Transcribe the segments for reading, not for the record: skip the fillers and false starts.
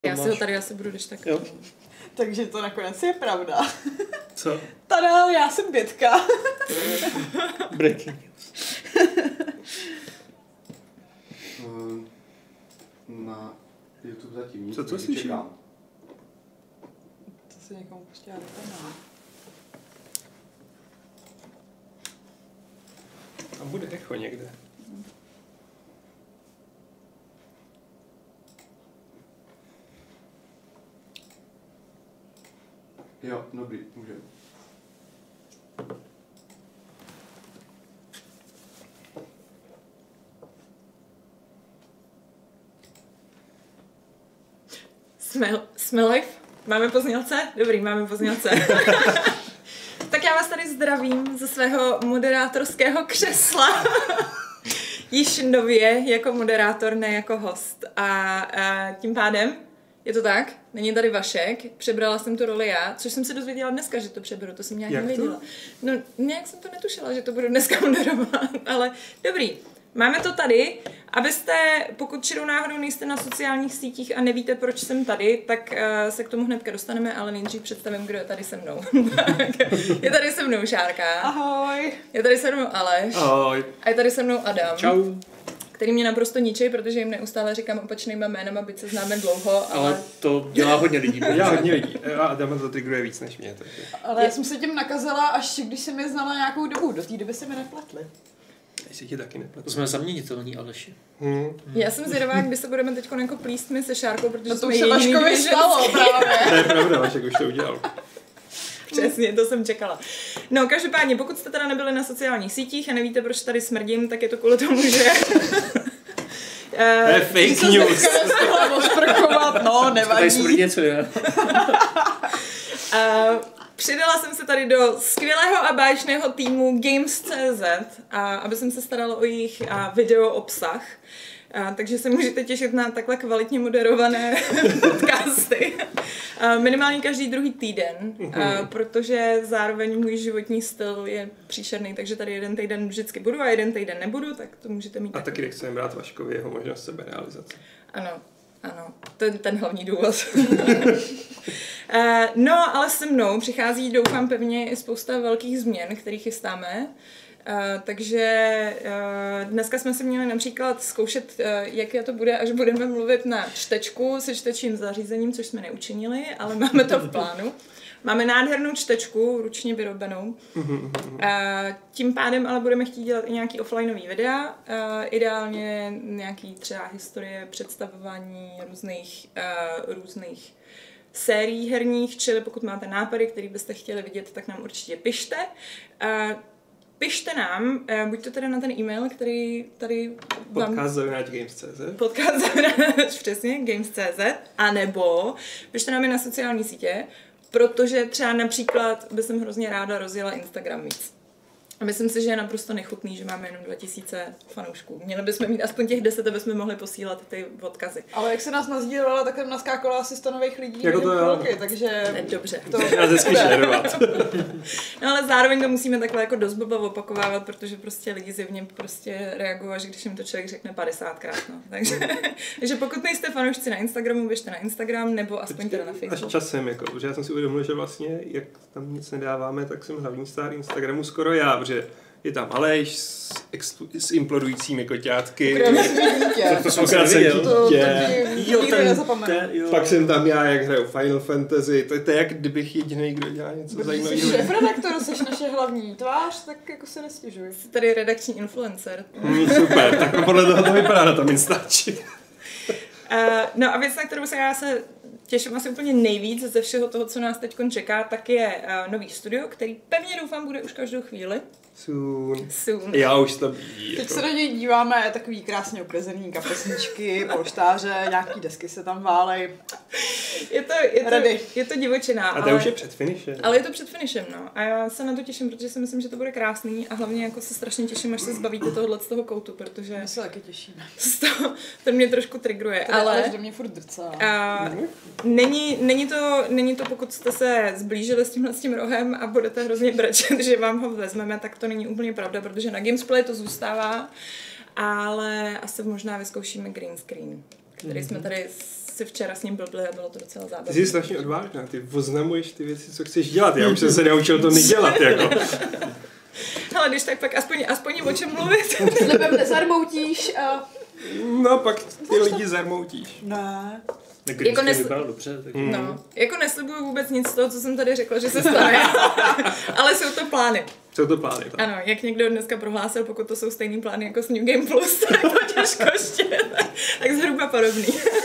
Já si ho tady asi budu když tak. Jo. Takže to nakonec je pravda. Co? Tada, já jsem Bětka. Breaking news. Na YouTube zatím nic. Co to takže slyším? čekám. To se někomu pustila do kanálu. A bude echo někde. Jo, dobrý, můžeme. Jsme live? Máme poznělce? Dobrý, máme poznělce. Tak já vás tady zdravím ze svého moderátorského křesla. Již nově jako moderátor, ne jako host. A tím pádem, je to tak? Není tady Vašek, přebrala jsem tu roli já, což jsem se dozvěděla dneska, že to přeberu, to jsem nějak nevěděla. No, nějak jsem to netušila, že to budu dneska moderovat, ale dobrý. Máme to tady, abyste, pokud čirou náhodou nejste na sociálních sítích a nevíte, proč jsem tady, tak se k tomu hnedka dostaneme, ale nejdřív představím, kdo je tady se mnou. Je tady se mnou Šárka. Ahoj. Je tady se mnou Aleš. Ahoj. A je tady se mnou Adam. Čau. Který mě naprosto ničí, protože jim neustále říkám opačnýma jménama, byť se známe dlouho, Ale to dělá hodně lidí. Dělá hodně lidí. A Adama to trigruje víc než mě. Takže. Ale já jsem se tím nakazila, až když jsem je znala nějakou dobu. Do té doby se mi nepletli. Jestli ti taky nepletu. To jsme zaměnitelní, Aleši. Já jsem zvědavá, kdy se budeme teď jako plíst my se Šárkou, protože No to jsme už se jediný Vaškovi dvě stalo ženský. právě. To je pravda, Vašek už to udělal. Přesně, to jsem čekala. No, každopádně, pokud jste teda nebyli na sociálních sítích a nevíte, proč tady smrdím, tak je to kvůli tomu, že... To je fake news. Osprchovat, no, Tady nevadí. smrdí něco, jo? Přidala jsem se tady do skvělého a báječného týmu Games.cz, aby jsem se starala o jejich video obsah. Takže se můžete těšit na takhle kvalitně moderované podcasty. Minimálně každý druhý týden, protože zároveň můj životní styl je příšerný, takže tady jeden týden vždycky budu a jeden týden nebudu, tak to můžete mít. A taky nechceme brát Vaškovi jeho možnost seberealizace. Ano, to je ten hlavní důvod. No, ale se mnou přichází, doufám pevně, i spousta velkých změn, které chystáme. Takže dneska jsme si měli například zkoušet, jak to bude, až budeme mluvit na čtečku se čtečím zařízením, což jsme neučinili, ale máme to v plánu. Máme nádhernou čtečku, ručně vyrobenou. Tím pádem ale budeme chtít dělat i nějaký offlineový videa, ideálně nějaký třeba historie, představování různých sérií herních, čili pokud máte nápady, které byste chtěli vidět, tak nám určitě pište. Pište nám, buď to teda na ten e-mail, který tady vám... Podcast.games.cz přesně, Games.cz, anebo pište nám i na sociální sítě, protože třeba například bych hrozně ráda rozjela Instagram víc. A myslím si, že je naprosto nechutný, že máme jenom 2000 fanoušků. Měli bychom mít aspoň těch 10, aby jsme mohli posílat ty odkazy. Ale jak se nás nazdílela, tak tam naskákala asi 100 nových lidí. Jako to chvilky, takže... Dobře. To Já hezky šerovat. No ale zároveň to musíme takhle jako dost blbě opakovávat, protože prostě lidi zjevně prostě reagují, až když jim to člověk řekne 50krát. No. Takže pokud nejste fanoušci na Instagramu, běžte na Instagram, nebo aspoň teda na Facebook. Až časem, jako, protože já jsem si uvědomil, že vlastně, jak tam nic nedáváme, tak jsem hlavní star Instagramu skoro já, protože je tam Aleš s implodujícími koťátky. To jsem Ukrad jsem dítě. Nikdo nezapomenu. Pak jsem tam já, jak hraju Final Fantasy. To je jak kdybych jediný, kdo dělá něco zajímavého. Jsi šéfredaktor, jsi naše hlavní tvář, tak jako se nestěžuj. Jsi tady redakční influencer. Super, tak podle toho to vypadá na tom Instači. No a věc, na kterou se já se těším asi úplně nejvíc ze všeho toho, co nás teď čeká, tak je nový studio, který pevně doufám bude už každou chvíli. Soon. Já už to ví. Teď se na něj díváme, takový krásně ukrezený kapesničky, polštáře, nějaký desky se tam válej. Je to divočina. A to už je před finishem. Ale je to před finishem, no. A já se na to těším, protože si myslím, že to bude krásný a hlavně jako se strašně těším, až se zbavíte tohohle z toho koutu, protože... My se taky těšíme. To mě trošku trigruje, ale... do mě furt drcá. Není to, pokud jste se zblížili s tím rohem a budete hrozně brečet, že vám ho vezmeme, tak to není úplně pravda, protože na Gamesplay to zůstává, ale asi možná vyzkoušíme green screen, který jsme tady si včera s ním blbli a bylo to docela Ty zábavné. jsi strašně odvážná, ty oznamuješ ty věci, co chceš dělat. Já už jsem se naučil to nedělat, jako. Ale když tak pak aspoň o čem mluvit. Slibem nezarmoutíš a... No, pak ty lidi zarmoutíš. Ne. Jako vypadalo dobře, tak... No, jako neslibuju vůbec nic z toho, co jsem tady řekla, že se stane. Ale jsou to plány. Jsou to plány, tak. Ano, jak někdo dneska prohlásil, pokud to jsou stejný plány jako s New Game Plus, tak to těžko ještě, tak zhruba podobný.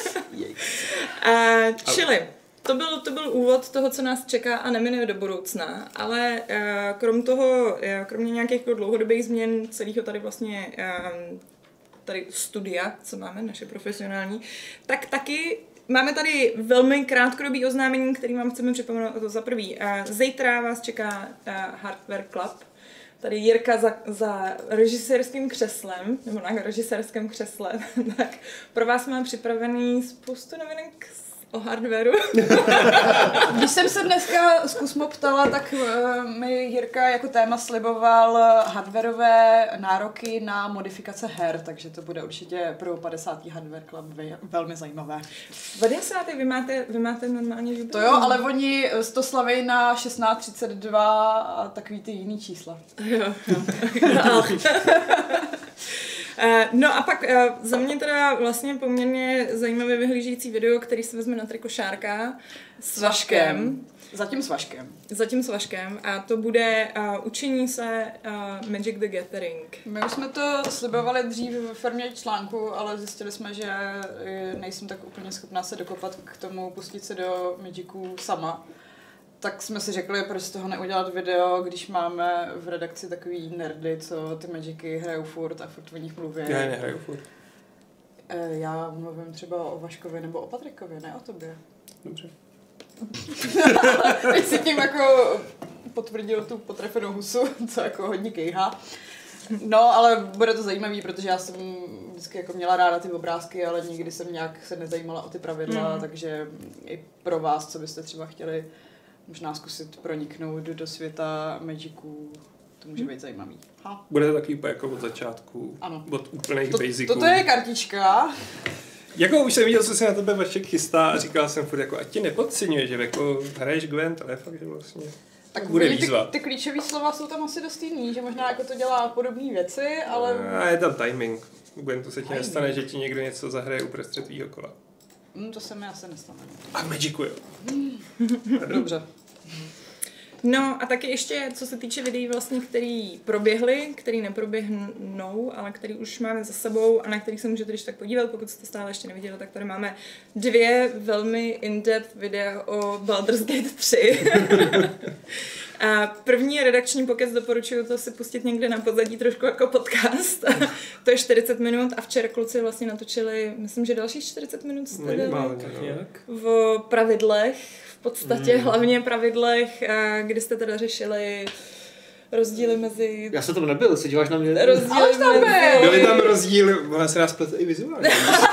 Čili, to byl úvod toho, co nás čeká a nemine do budoucna, ale kromě nějakých dlouhodobých změn celého tady vlastně tady studia, co máme, naše profesionální, tak taky máme tady velmi krátkodobý oznámení, který vám chceme připomenout. To za prvý. Zítra vás čeká Hardware Club. Tady Jirka za režisérským křeslem, nebo na režisérském křesle. Tak pro vás máme připravený spoustu novinek o hardwareu. Když jsem se dneska z Kusmo ptala, tak mi Jirka jako téma sliboval hardwareové nároky na modifikace her, takže to bude určitě pro 50. Hardware Club velmi zajímavé. 50. Vy máte normálně výběr? To jo, ale oni to slaví na 1632 a takový ty jiný čísla. Jo. No a pak za mě teda vlastně poměrně zajímavě vyhlížející video, který se vezme na Trikošárka s Vaškem. Zatím s Vaškem a to bude učení se Magic the Gathering. My už jsme to slibovali dřív ve formě článku, ale zjistili jsme, že nejsem tak úplně schopná se dokopat k tomu pustit se do Magicu sama. Tak jsme si řekli, proč z toho neudělat video, když máme v redakci takový nerdy, co ty Magicy hrajou furt a furt o nich mluví. Já je nehraju furt. Já mluvím třeba o Vaškovi nebo o Patrikovi, ne o tobě. Dobře. Teď si tím jako potvrdil tu potrefenou husu, co jako hodně kejhá. No, ale bude to zajímavý, protože já jsem vždycky jako měla ráda ty obrázky, ale nikdy jsem nějak se nezajímala o ty pravidla, takže i pro vás, co byste třeba chtěli možná zkusit proniknout do světa Magicu, to může být zajímavý. Ha. Bude to taky úplně jako od začátku, ano. od úplných basiců. Toto je kartička. Jako už jsem viděl, co se na tebe Vašek chystá a říkal jsem furt jako, ať tě nepodceňuje, že jako hraješ Gwent, ale fakt, že vlastně tak bude výzva. Ty klíčové slova jsou tam asi dost jiný, že možná jako to dělá podobné věci, ale... A je tam timing. U Gwentu se ti nestane, že ti někdo něco zahraje uprostřed tvýho kola. To se mi asi nestane. A v Magicu jo. Dobře. No a taky ještě, co se týče videí vlastně, který proběhly, který neproběhnou, ale který už máme za sebou a na který se můžete když tak podívat, pokud jste stále ještě neviděli, tak tady máme 2 velmi in-depth videa o Baldur's Gate 3. A první redakční pokec doporučuju to si pustit někde na pozadí trošku jako podcast. To je 40 minut a včera kluci vlastně natočili, myslím, že dalších 40 minut jste dali o pravidlech, v podstatě hlavně pravidlech, kdy jste teda řešili rozdíly mezi... Já jsem tam nebyl, se díváš na mě? Rozdíly mezi... Byly tam rozdíly, ona se nás plete i vizuálně.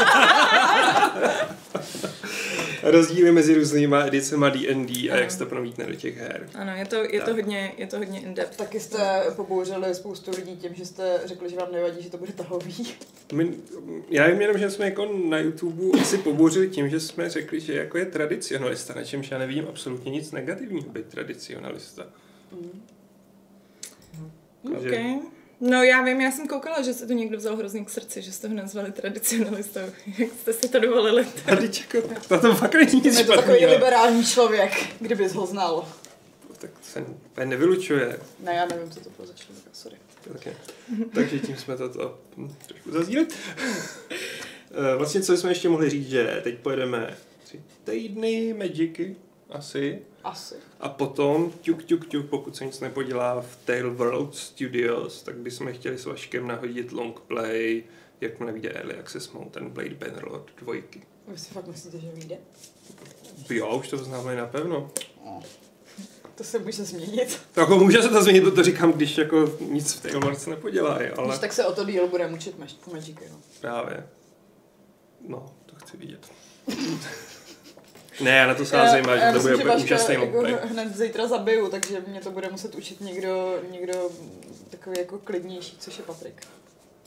Rozdíly mezi různýma edicema D&D a jak se to promítne do těch her. Ano, je to hodně in-depth. Taky jste pobouřili spoustu lidí tím, že jste řekli, že vám nevadí, že to bude tahový. Já vím jenom, že jsme jako na YouTube asi pobouřili tím, že jsme řekli, že jako je tradicionalista, na čemž já nevidím absolutně nic negativního být tradicionalista. Okay. No já vím, já jsem koukala, že se to někdo vzal hrozně k srdci, že jste ho nazvali tradicionalistou. Jak jste si to dovolili? Na tom fakt není nic špatného. Je to takový liberální člověk, kdybys ho znal. Tak to se nevylučuje. Ne, já nevím, co to bylo za člověka, sorry. Okay. Takže tím jsme to trošku zazdíli. Vlastně, co jsme ještě mohli říct, že teď pojedeme 3 týdny Magicy, asi. A potom, ťuk, pokud se nic nepodělá v Tale World Studios, tak bychom chtěli s Vaškem nahodit long play, jakmile vyjde Early Access Mode, ten Blade Bannerlord 2. Vy si fakt myslíte, že vyjde? Jo, už to známe napevno. To se může změnit. Tak může se to změnit, to říkám, když jako nic v Tale World se nepodělá, ale... Když tak se o to díl bude mučit Magicy, no. Právě. No, to chci vidět. Ne, já na to sázím, že to bude úžasný longplay. Hned zítra zabiju, takže mě to bude muset učit někdo takový jako klidnější, což je Patrik.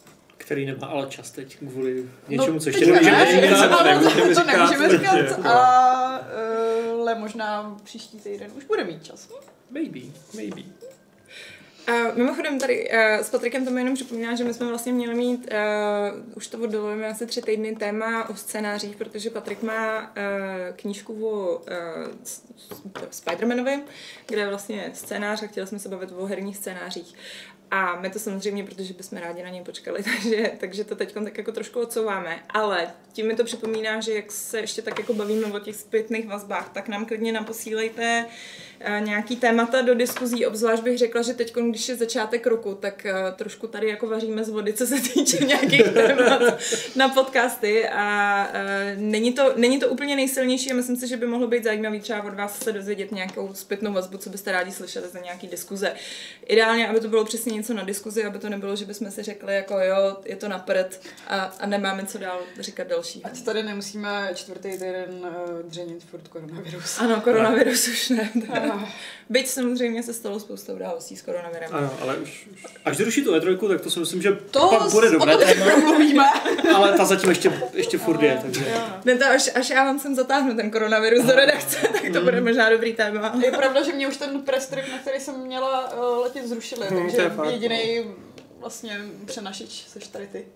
Který nemá ale čas teď kvůli něčemu, co ještě ještě nemůžeme říkat. To nemůžeme říkat, ale možná příští týden už bude mít čas. Maybe. Mimochodem tady s Patrikem to mi jenom připomíná, že my jsme vlastně měli mít, už to oddalujeme asi 3 týdny, téma o scénářích, protože Patrik má knížku o Spider-Manovi, kde je vlastně scénář a chtěli jsme se bavit o herních scénářích. A my to samozřejmě, protože bychom rádi na něj počkali, takže to teď tak jako trošku odsouváme. Ale tím mi to připomíná, že jak se ještě tak jako bavíme o těch zpětných vazbách, tak nám klidně naposílejte nějaký témata do diskuzí. Obzvlášť bych řekla, že teď, když je začátek roku, tak trošku tady jako vaříme z vody, co se týče nějakých témat na podcasty. A není to úplně nejsilnější a myslím si, že by mohlo být zajímavý třeba od vás se dozvědět nějakou zpětnou vazbu, co byste rádi slyšeli za nějaký diskuze. Ideálně, aby to bylo přesně něco na diskuzi, aby to nebylo, že bychom si řekli, jako jo, je to na prd a nemáme co dál říkat další. Ať tady nemusíme 4. týden dřenit furt koronavirus. Ano, koronavirus už ne. Byť samozřejmě se stalo spousta událostí s koronavirem. Ano, ale už... Až zruší tu E3, tak to si myslím, že to pak bude dobré téma. Ale ta zatím ještě furt je, takže... Ne, to až já vám sem zatáhnu ten koronavirus do redakce, tak to bude možná dobrý téma. Je pravda, že mě už ten press trip, na který jsem měla letět, zrušili, takže jedinej vlastně přenašič seš tady ty.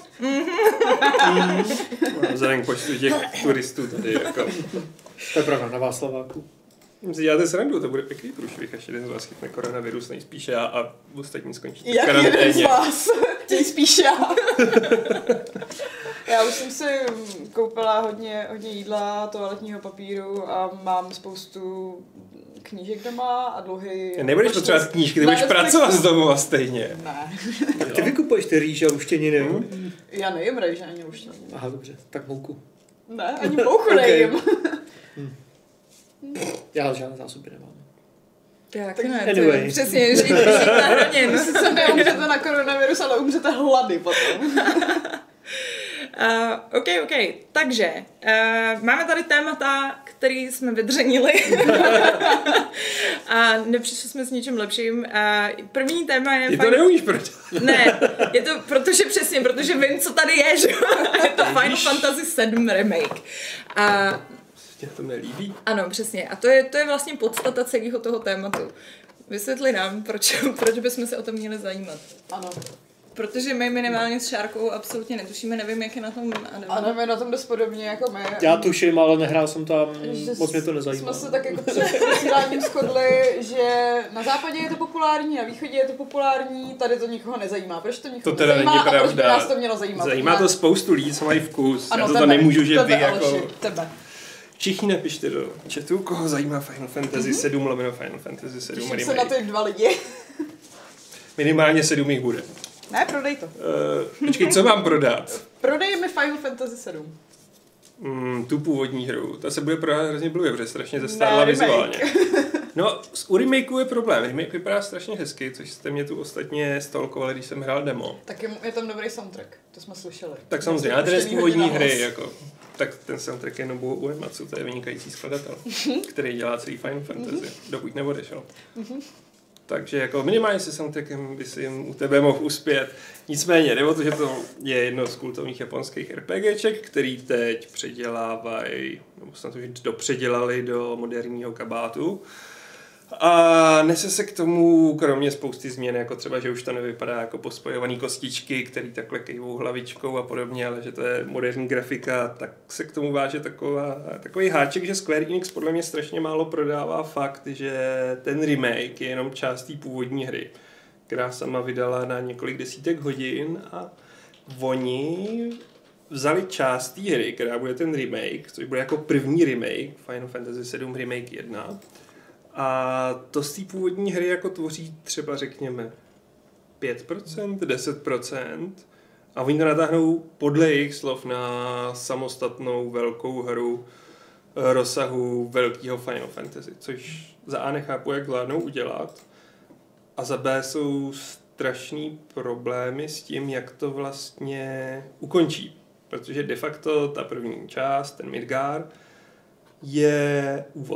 Vzhledem k počtu těch turistů tady jako... To je pravda, na Václaváku. Si děláte srandu, to bude pěkný průšvih, až jeden z vás chytne koronavirus, nejspíš já a ostatní skončíte v karanténě. Jak jeden z vás? Nejspíš já. Já už jsem si koupila hodně jídla, toaletního papíru a mám spoustu knížek doma a dlouhý... Nebudeš potřebovat knížky, ty budeš pracovat z domova stejně. Ne. Ty vykupuješ ty rýže a luštěniny, jo? Já nejím rýže ani luštěniny. Aha, dobře, tak mouku. Ne, ani mouku nejím. Já žádné zásoby nemám. Tak ne, anyway. Přesně, žít na hraně. Sice neumřete na koronavirus, ale umřete hlady potom. OK. Takže máme tady témata, který jsme vydřenili a nepřišli jsme s ničím lepším. První téma je... Ty to neumíš proč? Ne, je to protože vím, co tady je, že je to Final Fantasy 7 remake. Tě to nelíbí? Ano, přesně. A to je vlastně podstata celého toho tématu. Vysvětli nám, proč bychom se o tom měli zajímat. Ano. Protože my minimálně s Šárkou absolutně netušíme, nevím, jak je na tom Adam. Ano, my na tom dost podobně jako my. Já tuším, ale nehrál jsem tam, moc mě to nezajímá. Jsme se tak jako před vysíláním shodli, že na západě je to populární, na východě je to populární, tady to nikoho nezajímá. Proč to nikoho nezajímá a proč by nás to mělo zajímat? Zajímá to spoustu lidí, co mají vkus. Ano, já to nemůžu, že tebe, vy jako... Aleši, tebe. Všichni napište do chatu, koho zajímá Final Fantasy 7 lomeno Final Fantasy 7 Těším remake. se na ty 2 lidi. Minimálně 7 jich bude. Ne, prodej to. Počkej, co mám prodat? Prodej mi Final Fantasy 7. Tu původní hru. Ta se bude prodávat hrozně blbě, protože strašně zestárla vizuálně. No, u remakeu je problém. Remake vypadá strašně hezky, což jste mě tu ostatně stalkovali, když jsem hrál demo. Tak je tam dobrý soundtrack, to jsme slyšeli. Tak samozřejmě, ale ten z původní hry, jako, tak ten soundtrack je Nobuo Uematsu, to je vynikající skladatel, který dělá celý Final Fantasy, dokud neodešel. Takže jako minimálně se soundtrackem by si u tebe mohl uspět. Nicméně, nebo to, že to je jedno z kultovních japonských RPGček, který teď předělávají, nebo snad už dopředělali do moderního kabátu. A nese se k tomu kromě spousty změn, jako třeba, že už to nevypadá jako pospojovaný kostičky, který takhle kejvou hlavičkou a podobně, ale že to je moderní grafika, tak se k tomu váže takový háček, že Square Enix podle mě strašně málo prodává fakt, že ten remake je jenom část té původní hry, která sama vydala na několik desítek hodin a oni vzali část té hry, která bude ten remake, což bude jako první remake Final Fantasy 7 Remake 1. A to z té původní hry jako tvoří třeba řekněme 5%, 10% a oni to natáhnou podle jejich slov na samostatnou velkou hru rozsahu velkého Final Fantasy, což za A nechápu, jak zvládnou udělat a za B jsou strašný problémy s tím, jak to vlastně ukončí, protože de facto ta první část, ten Midgar, je úvod.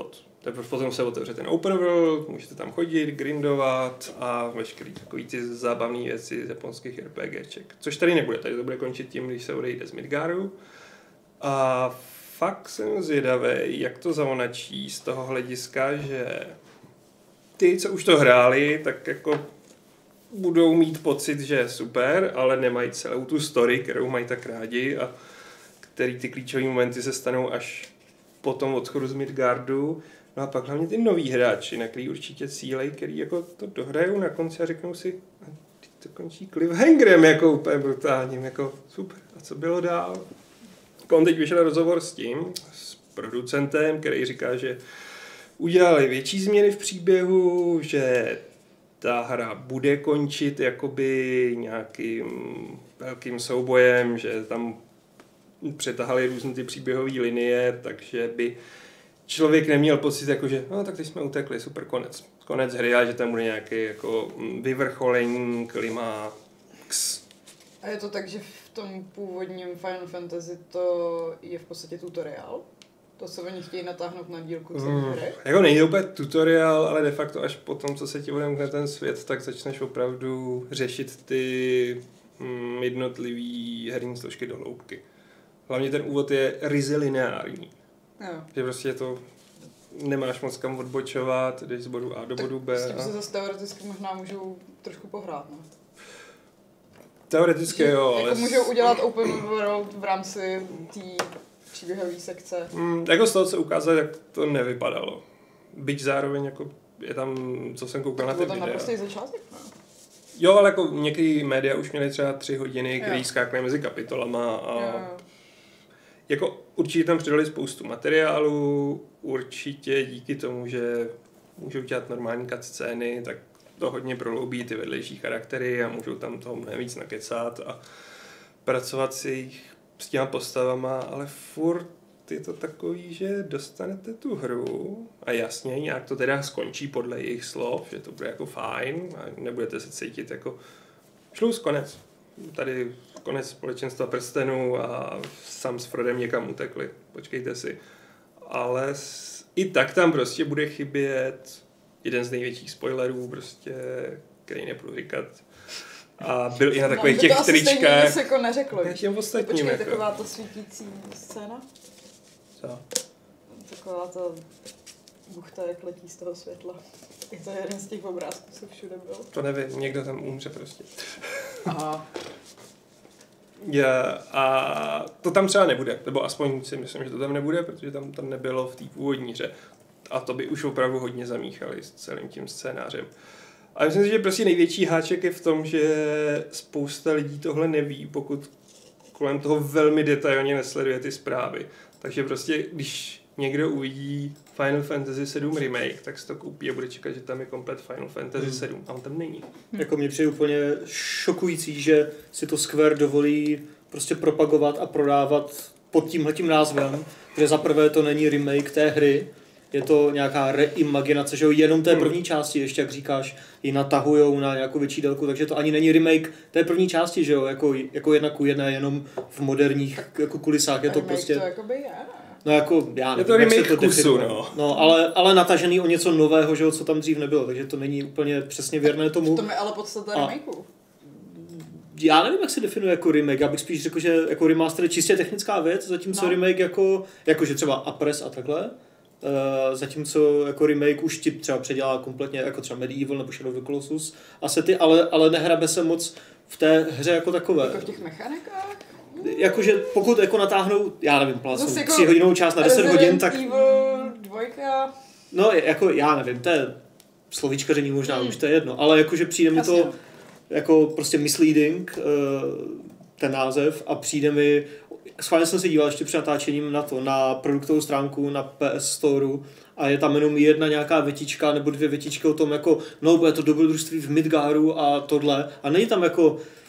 Teprve potom se otevře ten open world, můžete tam chodit, grindovat a veškerý takový ty zábavné věci z japonských RPGček. Což tady nebude, tady to bude končit tím, když se odejde z Midgaru. A fakt jsem zvědavý, jak to zaonačí z toho hlediska, že ty, co už to hráli, tak jako budou mít pocit, že je super, ale nemají celou tu story, kterou mají tak rádi a který ty klíčové momenty se stanou až po tom odchodu z Midgardu. No a pak hlavně ty noví hráči, na který určitě cílej, který jako to dohrajou na konci a řeknou si, to končí cliffhangerem jako úplně brutálním, jako super. A co bylo dál? On teď vyšel rozhovor s producentem, který říká, že udělali větší změny v příběhu, že ta hra bude končit jakoby nějakým velkým soubojem, že tam přetahali různé ty příběhové linie, takže by člověk neměl pocit, jako že no tak teď jsme utekli, super, konec hry a že tam bude nějaký jako vyvrcholení, klimax. A je to tak, že v tom původním Final Fantasy to je v podstatě tutoriál? To se oni chtějí natáhnout na dílku celé hry? Jako nejde úplně tutoriál, ale de facto až po tom, co se ti odemkne ten svět, tak začneš opravdu řešit ty jednotlivý herní složky do hloubky. Hlavně ten úvod je ryze lineární. Jo. Že prostě to nemáš moc kam odbočovat, jdeš z bodu A do bodu B. S tím se zase teoreticky možná můžou trošku pohrát, ne? Teoreticky jo, ale... Jako můžou udělat open world v rámci té příběhové sekce. Jako z toho, co ukázali, tak to nevypadalo. Byť zároveň jako je tam, co jsem koukal na ty videa. To byl tam naprostý začátek, ne? Jo, ale jako některé média už měly třeba 3 hodiny, které skákají mezi kapitolama a jako určitě tam přidali spoustu materiálu, určitě díky tomu, že můžou dělat normální cutscény, tak to hodně prohloubí ty vedlejší charaktery a můžou tam toho mnohem víc nakecat a pracovat s těma postavama, ale furt je to takový, že dostanete tu hru a jasně, nějak to teda skončí podle jejich slov, že to bude jako fajn a nebudete se cítit jako šluz, konec. Tady konec společenstva prstenů a Sam s Frodem někam utekli. Počkejte si. Ale i tak tam prostě bude chybět jeden z největších spoilerů, prostě, který nebudu říkat. A byl i na takových těch tričkách. To se jako neřeklo, víš? Počkej, jako. Taková ta svítící scéna? Co? Taková ta buchta, jak letí z toho světla. Je to jeden z těch obrázků, co všude byl. To nevím, někdo tam umře prostě. Aha. A to tam třeba nebude, nebo aspoň si myslím, že to tam nebude, protože tam to nebylo v té původní hře. A to by už opravdu hodně zamíchali s celým tím scénářem. A myslím si, že prostě největší háček je v tom, že spousta lidí tohle neví, pokud kolem toho velmi detailně nesleduje ty zprávy. Takže prostě, když někdo uvidí Final Fantasy 7 remake, tak si to koupí a bude čekat, že tam je komplet Final Fantasy 7 a on tam není. Jako mě přijde úplně šokující, že si to Square dovolí prostě propagovat a prodávat pod tímhletím názvem, že zaprvé to není remake té hry, je to nějaká reimaginace, že jo, jenom té první části, ještě jak říkáš, ji natahujou na nějakou větší délku, takže to ani není remake té první části, že jo, jako 1:1, jenom v moderních jako kulisách je to prostě... To jakoby je. No jako, já nevím, je to remake kusu, no. Ale natažený o něco nového, že jo, co tam dřív nebylo, takže to není úplně přesně věrné tomu. V tom je ale podstata remakeu. Já nevím, jak se definuje jako remake, já bych spíš řekl, že jako remaster je čistě technická věc, zatímco remake jakože třeba Apres a takhle, zatímco jako remake už ti třeba předělá kompletně jako třeba Medieval nebo Shadow of the Colossus asety, ale nehrabe se moc v té hře jako takové. Jako v těch mechanikách? Jakože pokud jako natáhnou, já nevím, plácnou 3 hodinovou část na 10 hodin, tak... Evil 2. No jako já nevím, to je slovíčkaření možná, už to je jedno, ale jakože přijde mi to jako prostě misleading, ten název a přijde mi, schválně jsem se díval ještě před natáčením na produktovou stránku na PS Storeu a je tam jenom jedna nějaká větička nebo 2 větičky o tom jako, no bude to dobrodružství v Midgaru a tohle a není tam jako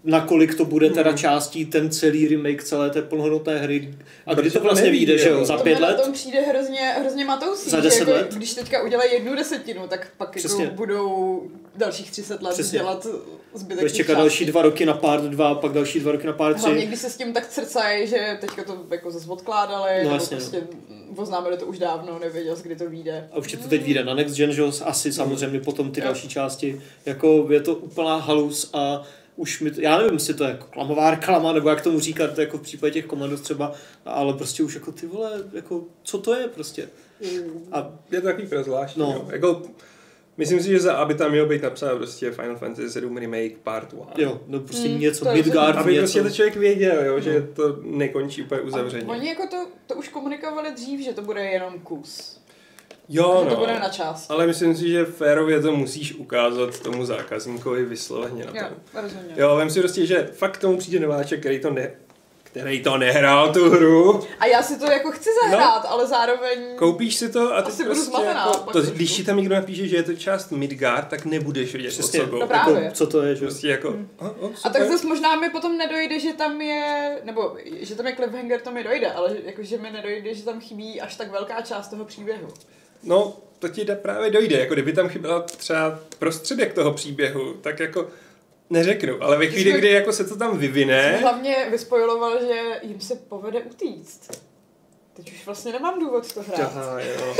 nakolik to bude teda částí ten celý remake celé té plnohodnotné hry. A kdy to vlastně vyjde, že jo? Za 5 let? To tom přijde hrozně matoucí. Za 10 let? Jako, když teďka udělají 1/10, tak pak jako budou dalších 30 let dělat zbytek. Budeš čekat další 2 roky na part 2, pak další 2 roky na part 3. Hlavně když se s tím tak crcají, že teďka to jako zase odkládali, nebo prostě oznámili to už dávno, nevěděl, kdy to vyjde. A určitě to teď vyjde na Next Gen, že asi samozřejmě potom ty další části. Jako je to úplná halus a už mi to, já nevím, jestli to je jako klamová reklama, nebo jak tomu říkat, jako v případě těch Commandos třeba, ale prostě už jako ty vole, jako co to je prostě. A je to takový prozvláštní, no. Jako, myslím si, že aby tam mělo být napsáno prostě Final Fantasy 7 Remake Part 1. Jo, no prostě něco, Midgard, aby něco. prostě to člověk věděl, jo, že to nekončí úplně uzavřeně. Oni jako to už komunikovali dřív, že to bude jenom kus. Jo, že to bude na čas. Ale myslím si, že férově to musíš ukázat tomu zákazníkovi vysloveně na tom. Jo, vem si prostě, že fakt tomu přijde nováček, který to nehrál tu hru. A já si to jako chci zahrát, ale zároveň... Koupíš si to a ty asi prostě jako, když ti tam někdo napíše, že je to část Midgard, tak nebudeš vědět, přesně, o co no právě. Jako, co to je, že? Prostě jako, a tak zase možná mi potom nedojde, že tam je, nebo že tam je cliffhanger, to mi dojde, ale jako, že mi nedojde, že tam chybí až tak velká část toho příběhu. No, to ti právě dojde, jako kdyby tam chyběla třeba prostředek toho příběhu, tak jako neřeknu, ale ve chvíli, kdy jako se to tam vyvine... Hlavně vyspojiloval, že jim se povede utíct. Teď už vlastně nemám důvod to hrát. Aha, jo.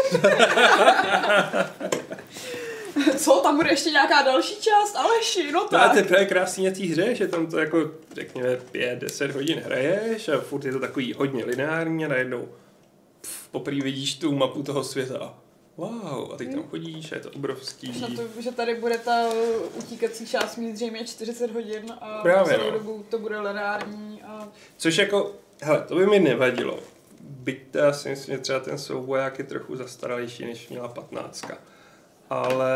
Co, tam bude ještě nějaká další část? Aleši, no tak. To je právě krásný na té hře, že tam to jako, řekněme, 5-10 hodin hraješ a furt je to takový hodně lineární a najednou poprvé vidíš tu mapu toho světa. Wow, a teď tam chodíš a je to obrovský. Na to, že tady bude ta utíkací část mít zřejmě 40 hodin a právě, celou dobu to bude lineární. A... Což jako, hele, to by mi nevadilo. Byť to já si myslím, že třeba ten souboják je trochu zastaralejší, než měla 15. Ale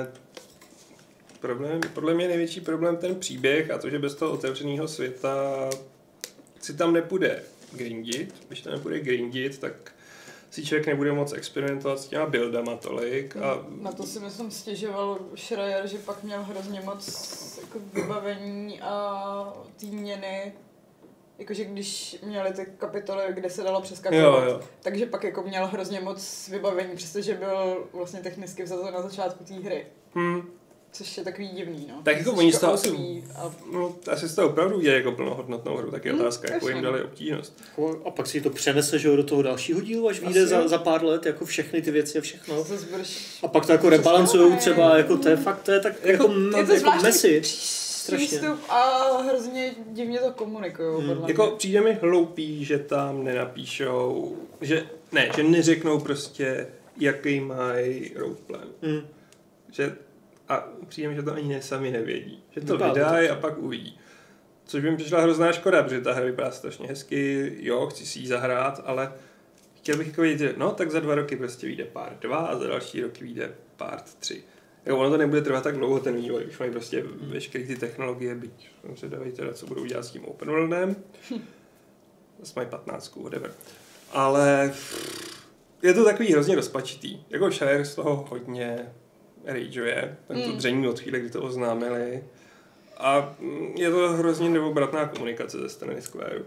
podle mě největší problém ten příběh a to, že bez toho otevřeného světa si tam nepůjde grindit. Když tam nepůjde grindit, tak si člověk nebude moc experimentovat s těma buildama tolik. A... Na to si myslím stěžoval Schreier, že pak měl hrozně moc jako vybavení a té měny. Jakože když měli ty kapitoly, kde se dalo přeskakovat, jo. Takže pak jako měl hrozně moc vybavení, přestože byl vlastně technicky vzat na začátku té hry. Což je takový divný, no. Tak jako oni z toho asi z toho opravdu je jako plnohodnotnou hru, tak je otázka, jako jim dali obtížnost. A pak si to přenese, že do toho dalšího dílu, až vyjde za pár let, jako všechny ty věci a všechno. A pak to jako rebalancujou třeba, jako to je fakt, to je tak jako messy. Přístup a hrozně divně to komunikujou. Jako přijde mi hloupý, že tam nenapíšou, že neřeknou prostě, jaký mají roleplan. Že a přijde mi, že to ani sami nevědí. Že to vydají a pak uvidí. Což by mi přišla hrozná škoda, protože ta hra vypadá strašně hezky, jo, chci si ji zahrát, ale chtěl bych jako vědět, že no, tak za 2 roky prostě vyjde part 2 a za další roky vyjde part 3. Jako ono to nebude trvat tak dlouho ten vývoj, už mají prostě veškeré ty technologie, byť se dávají teda, co budou dělat s tím open worldem. Zase mají 15, whatever. Ale je to takový hrozně rozpačitý. Jako Schreier z toho hodně rageuje, tento dření od chvíle, kdy to oznámili. A je to hrozně neobratná komunikace ze strany Square.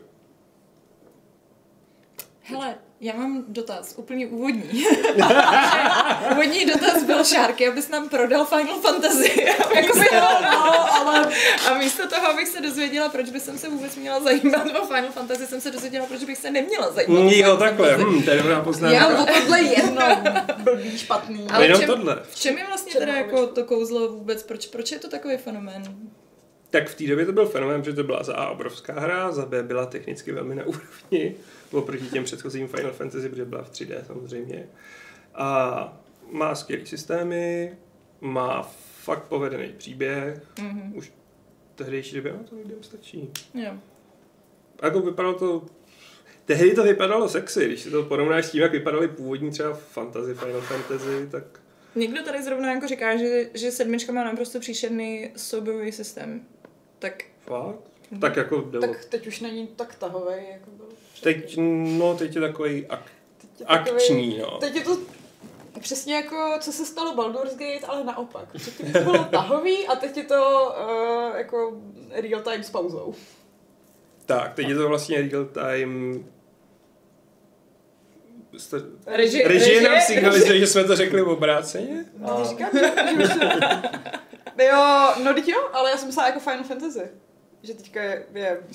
Hele, já mám dotaz, úplně úvodní. Úvodní dotaz byl Šárky, abys nám prodal Final Fantasy. A místo toho, abych se dozvěděla, proč bych se vůbec měla zajímat o Final Fantasy, jsem se dozvěděla, proč bych se neměla zajímat o Final takhle, to je dobrá poznámka. Já mám tohle jedno blbý, špatný. Ale v čem je vlastně teda jako to kouzlo vůbec, proč je to takový fenomén? Tak v té době to byl fenomén, protože to byla za A obrovská hra, za B byla technicky velmi na úrovni, oproti těm předchozím Final Fantasy, protože byla v 3D samozřejmě. A má skvělý systémy, má fakt povedený příběh, už v tehdejší době, to lidem stačí. Jo. Jako vypadalo to, tehdy to vypadalo sexy, když si to porovnáš s tím, jak vypadaly původní třeba Final Fantasy, tak... Někdo tady zrovna jako říká, že 7 má naprosto příšerný soubojový systém. Tak... Fakt? Tak jako... Tak teď už není tak tahovej, jako byl. Teď je takový akční, no. Teď je to přesně jako, co se stalo Baldur's Gate, ale naopak. Předtím to bylo tahový a teď je to jako real time s pauzou. Tak, teď je to vlastně real time... Režie nám signalizuje, že jsme to řekli obráceně? No. Říkám, jo, no teď jo, ale já jsem myslela jako Final Fantasy. Že teďka je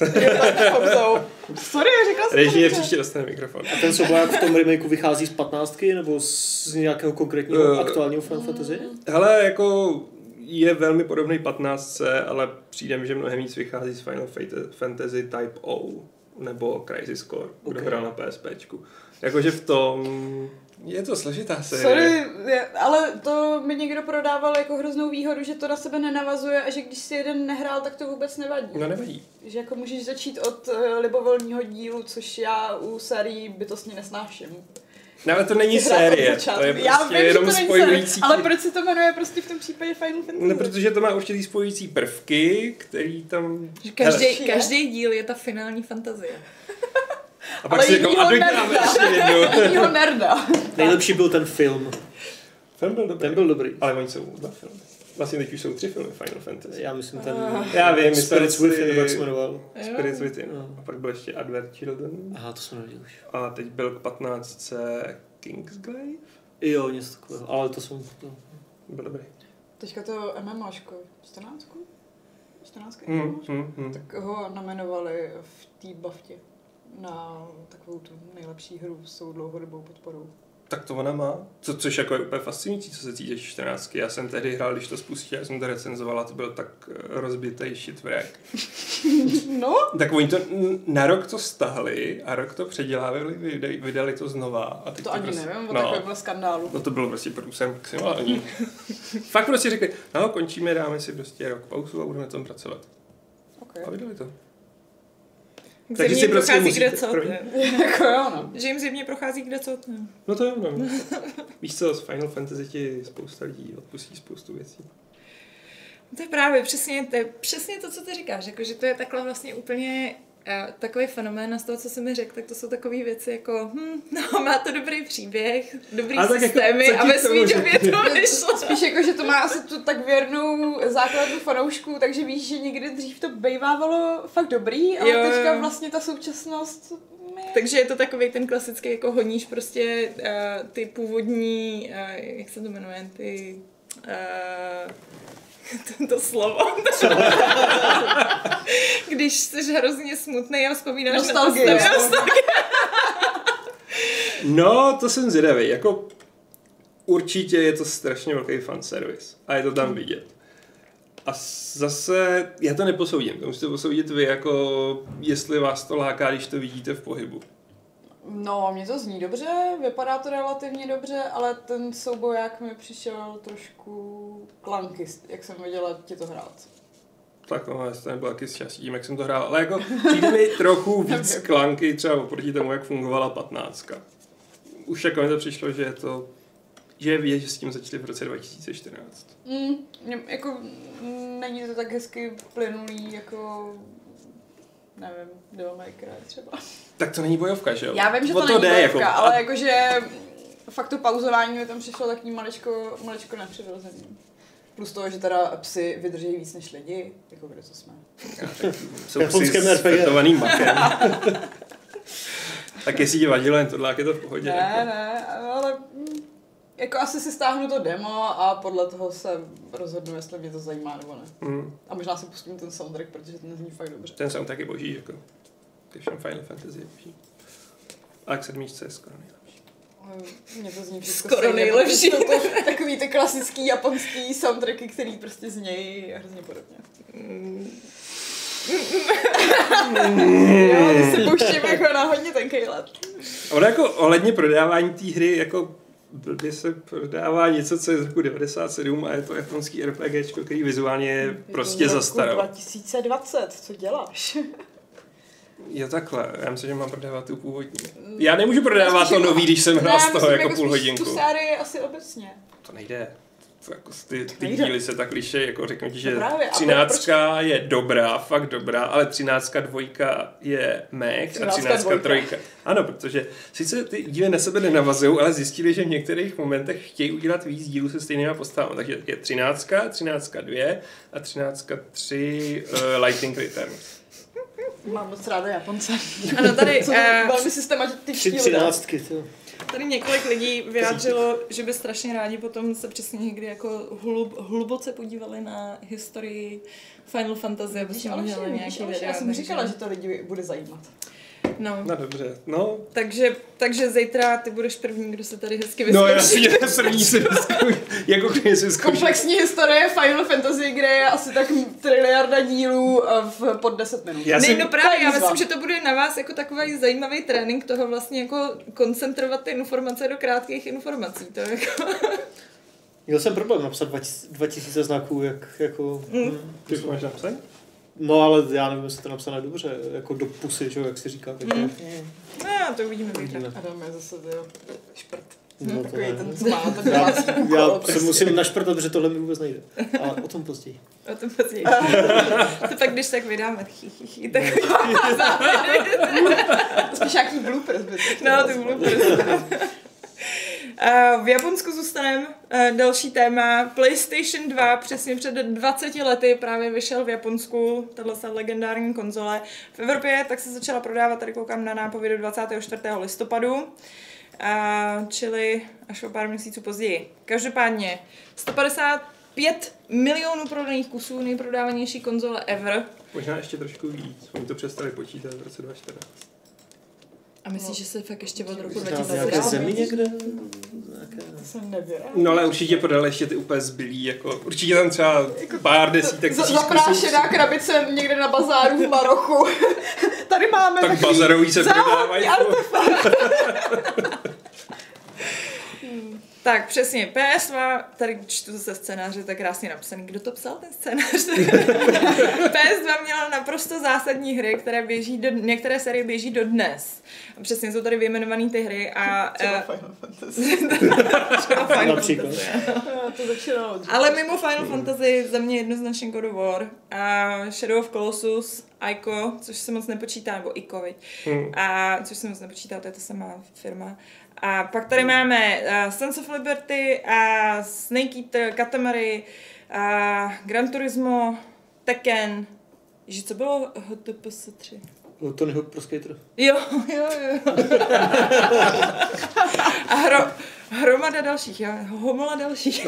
sorry, řekla jsem Režie příště dostane mikrofon. A ten souboj v tom remakeu vychází z 15 nebo z nějakého konkrétního aktuálního Final Fantasy? Hele, jako je velmi podobný 15, ale přijde mi, že mnohem víc vychází z Final Fantasy Type O nebo Crisis Core, kdo hrál na PSPčku. Jakože v tom je to složitá série. Sorry, ale to mi někdo prodával jako hroznou výhodu, že to na sebe nenavazuje a že když si jeden nehrál, tak to vůbec nevadí. No nevadí. Že jako můžeš začít od libovolního dílu, což já u sérií bytostně nesnáším. No ale to není série, to je prostě jenom spojující. Ale proč se to jmenuje prostě v tom případě Final Fantasy? No, protože to má určitý spojující prvky, který tam... Každý díl je ta finální fantazie. A pak si jako, a doděláme ještě jednou. Nerda. Nejlepší byl ten film. Film byl dobrý. Ten byl dobrý. Ale oni jsou 2 filmy. Vlastně teď už jsou 3 filmy Final Fantasy. Já myslím ten... Já vím, Spirits Within, jak se jmenoval. Spirits Within. A pak byl ještě Advent Children. Aha, to jsem neviděl už. A teď byl k 15. Kingsglaive. Jo, něco takového, ale to jsem... Byl dobrý. Teďka to MMOčko, 14? 14? Tak ho namenovali v té baftě na takovou tu nejlepší hru s tou dlouhodobou podporou. Tak to ona má. Což jako je úplně fascinující, co se týče 14. Já jsem tehdy hrál, když to spustil, já jsem to recenzoval a to byl tak rozbitej shit wreck. No? Tak oni to na rok to stahli a rok to předělávali, vydali to znova. A teď to ani prostě, nevím, o takovém skandálu. No to bylo prostě průser maximální. Fakt prostě řekli, no končíme, dáme si prostě rok pauzu a budeme na tom pracovat. Okay. A vydali to. Takže si prostě musíte... Jako jo, no. Že jim zimně prochází kde co. No to jo, no. Víš co, z Final Fantasy ti spousta lidí odpustí spoustu věcí. To je právě přesně to, co ty říkáš, jako, že to je takhle vlastně úplně takový fenomén a z toho, co jsi mi řekl, tak to jsou takové věci jako, má to dobrý příběh, dobrý systémy jako, a ve svý době to vyšlo. Spíš jako, že to má asi tu tak věrnou základnu fanoušků, takže víš, že někdy dřív to bejvávalo fakt dobrý, ale teďka vlastně ta současnost... Takže je to takový ten klasický, jako honíš prostě ty původní, jak se to jmenuje, ty... to slovo. Když jsi hrozně smutný a vzpomínáš nostalgie. Na to No, to jsem zvědavý. Jako určitě je to strašně velký fanservice. A je to tam vidět. A zase, já to neposoudím. To musíte posoudit vy, jako jestli vás to láká, když to vidíte v pohybu. No, mně to zní dobře, vypadá to relativně dobře, ale ten souboják mi přišel trošku klanky, jak jsem viděla tě to hrát. Tak no, to nebylo taky šťastí tím, jak jsem to hrál, ale jako přijde mi trochu víc klanky třeba oproti tomu, jak fungovala 15. Už jako mi to přišlo, že je to, že je vidět, že s tím začali v roce 2014. Jako není to tak hezky plynulý, jako nevím, Devil May Cry třeba. Tak to není bojovka, že jo? Já vím, že to není bojovka, jako... ale jakože fakt to pauzování mi tam přišlo takový maličko nepřirozený. Plus toho, že teda psy vydrží víc než lidi, jako kde to jsme. Jsou psy s fetovaným makem. Tak jestli ti vadilo jen tohle, jak je to v pohodě. Ne, ale jako asi si stáhnu to demo a podle toho se rozhodnu, jestli mě to zajímá nebo ne. A možná si pustím ten soundtrack, protože ten nezní fakt dobře. Ten soundtrack je boží, jako. Ke všem Final Fantasy je boží. A k 7 je skoro nejlepší. Mně to zní všechno skoro nejlepší. To takový ty klasický japonský soundtracky, který prostě znějí hrozně podobně. Jo, ty se pouštím jako na hodně tenkej let. Ono jako ohledně prodávání té hry, jako blbě se prodává něco, co je z roku 97 a je to japonský RPGčko, který vizuálně je prostě zastaralý. 2020, co děláš? Jo takhle, já myslím, že mám prodávat tu původní. Já nemůžu prodávat to nový, když jsem hrál z toho jako půl hodinku. Tu sérii asi obecně. To nejde. jako ty díly se tak liší, jako řeknu ti, že právě, 13 je dobrá, fakt dobrá, ale 13 dvojka je mech a 13 trojka. Ano, protože sice ty díly na sebe nenavazují, ale zjistili, že v některých momentech chtějí udělat víc dílů se stejnýma postavami. Takže je 13, 2 a 13 3 Lightning Returns. Mám moc ráda Japonce. Ano, tady... velmi systematičtí 13. Tady několik lidí vyjádřilo, že by strašně rádi potom se přesně někdy jako hluboce podívali na historii Final Fantasy, aby jsme udělali nějaký video. Já jsem říkala, že to lidi bude zajímat. No dobře, no. Takže zítra ty budeš první, kdo se tady hezky vyzkouší. No jasně, první si vyzkouší. Jako když si vyzkouší. Komplexní historie Final Fantasy, kde je asi tak triliarda dílů pod 10 minut. Já myslím, že to bude na vás jako takový zajímavý trénink toho vlastně jako koncentrovat ty informace do krátkých informací. To jako... Měl jsem problém napsat 2000 znaků, jako... Ty to máš napsat? No, ale já nevím, jestli to napsané dobře, jako do pusy, že, jak si říká. Takže... No, to uvidíme. Adam je zase šprt. No, takový to ten, co má ten já se musím našprtat, protože tohle mi vůbec nejde. Ale o tom později. To pak, když tak vydáme tak spíš nějaký bloopers. No, ty bloopers. V Japonsku zůstaneme. Další téma. PlayStation 2 přesně před 20 lety právě vyšel v Japonsku, tato legendární konzole. V Evropě tak se začala prodávat, tady koukám na nápovědu 24. listopadu, čili až o pár měsíců později. Každopádně 155 milionů prodaných kusů, nejprodávanější konzole ever. Možná ještě trošku víc, oni to přestali počítat v roce 2014. A myslíš, že se fakt ještě od roku Nějaké 2000 zemi někde? To jsem nevěděla. No ale určitě podali ještě ty úplně zbylí, jako určitě tam třeba pár desítek tisíc kusů. Zaprášená krabice někde na bazáru v Maroku. Tady máme tak bazarový se prodávají. Tak, přesně, PS2, tady čtu zase scénáře, tak krásně napsaný. Kdo to psal, ten scénář? PS2 měla naprosto zásadní hry, které běží některé série běží do dnes. A přesně jsou tady vyjmenované ty hry a... Třeba Final Fantasy. Třeba Final Například. Fantasy. Ale mimo Final Fantasy za mě jednoznačně God of War, a Shadow of Colossus, Ico, což se moc nepočítá, nebo Ico, viď? A což se moc nepočítá, to je ta samá firma. A pak tady máme Sons of Liberty a Snake Eater, Katamari, Gran Turismo, Tekken. Že co bylo HTPS 3? Tony Hawk Pro Skater. Jo. A hromada dalších, homola dalších.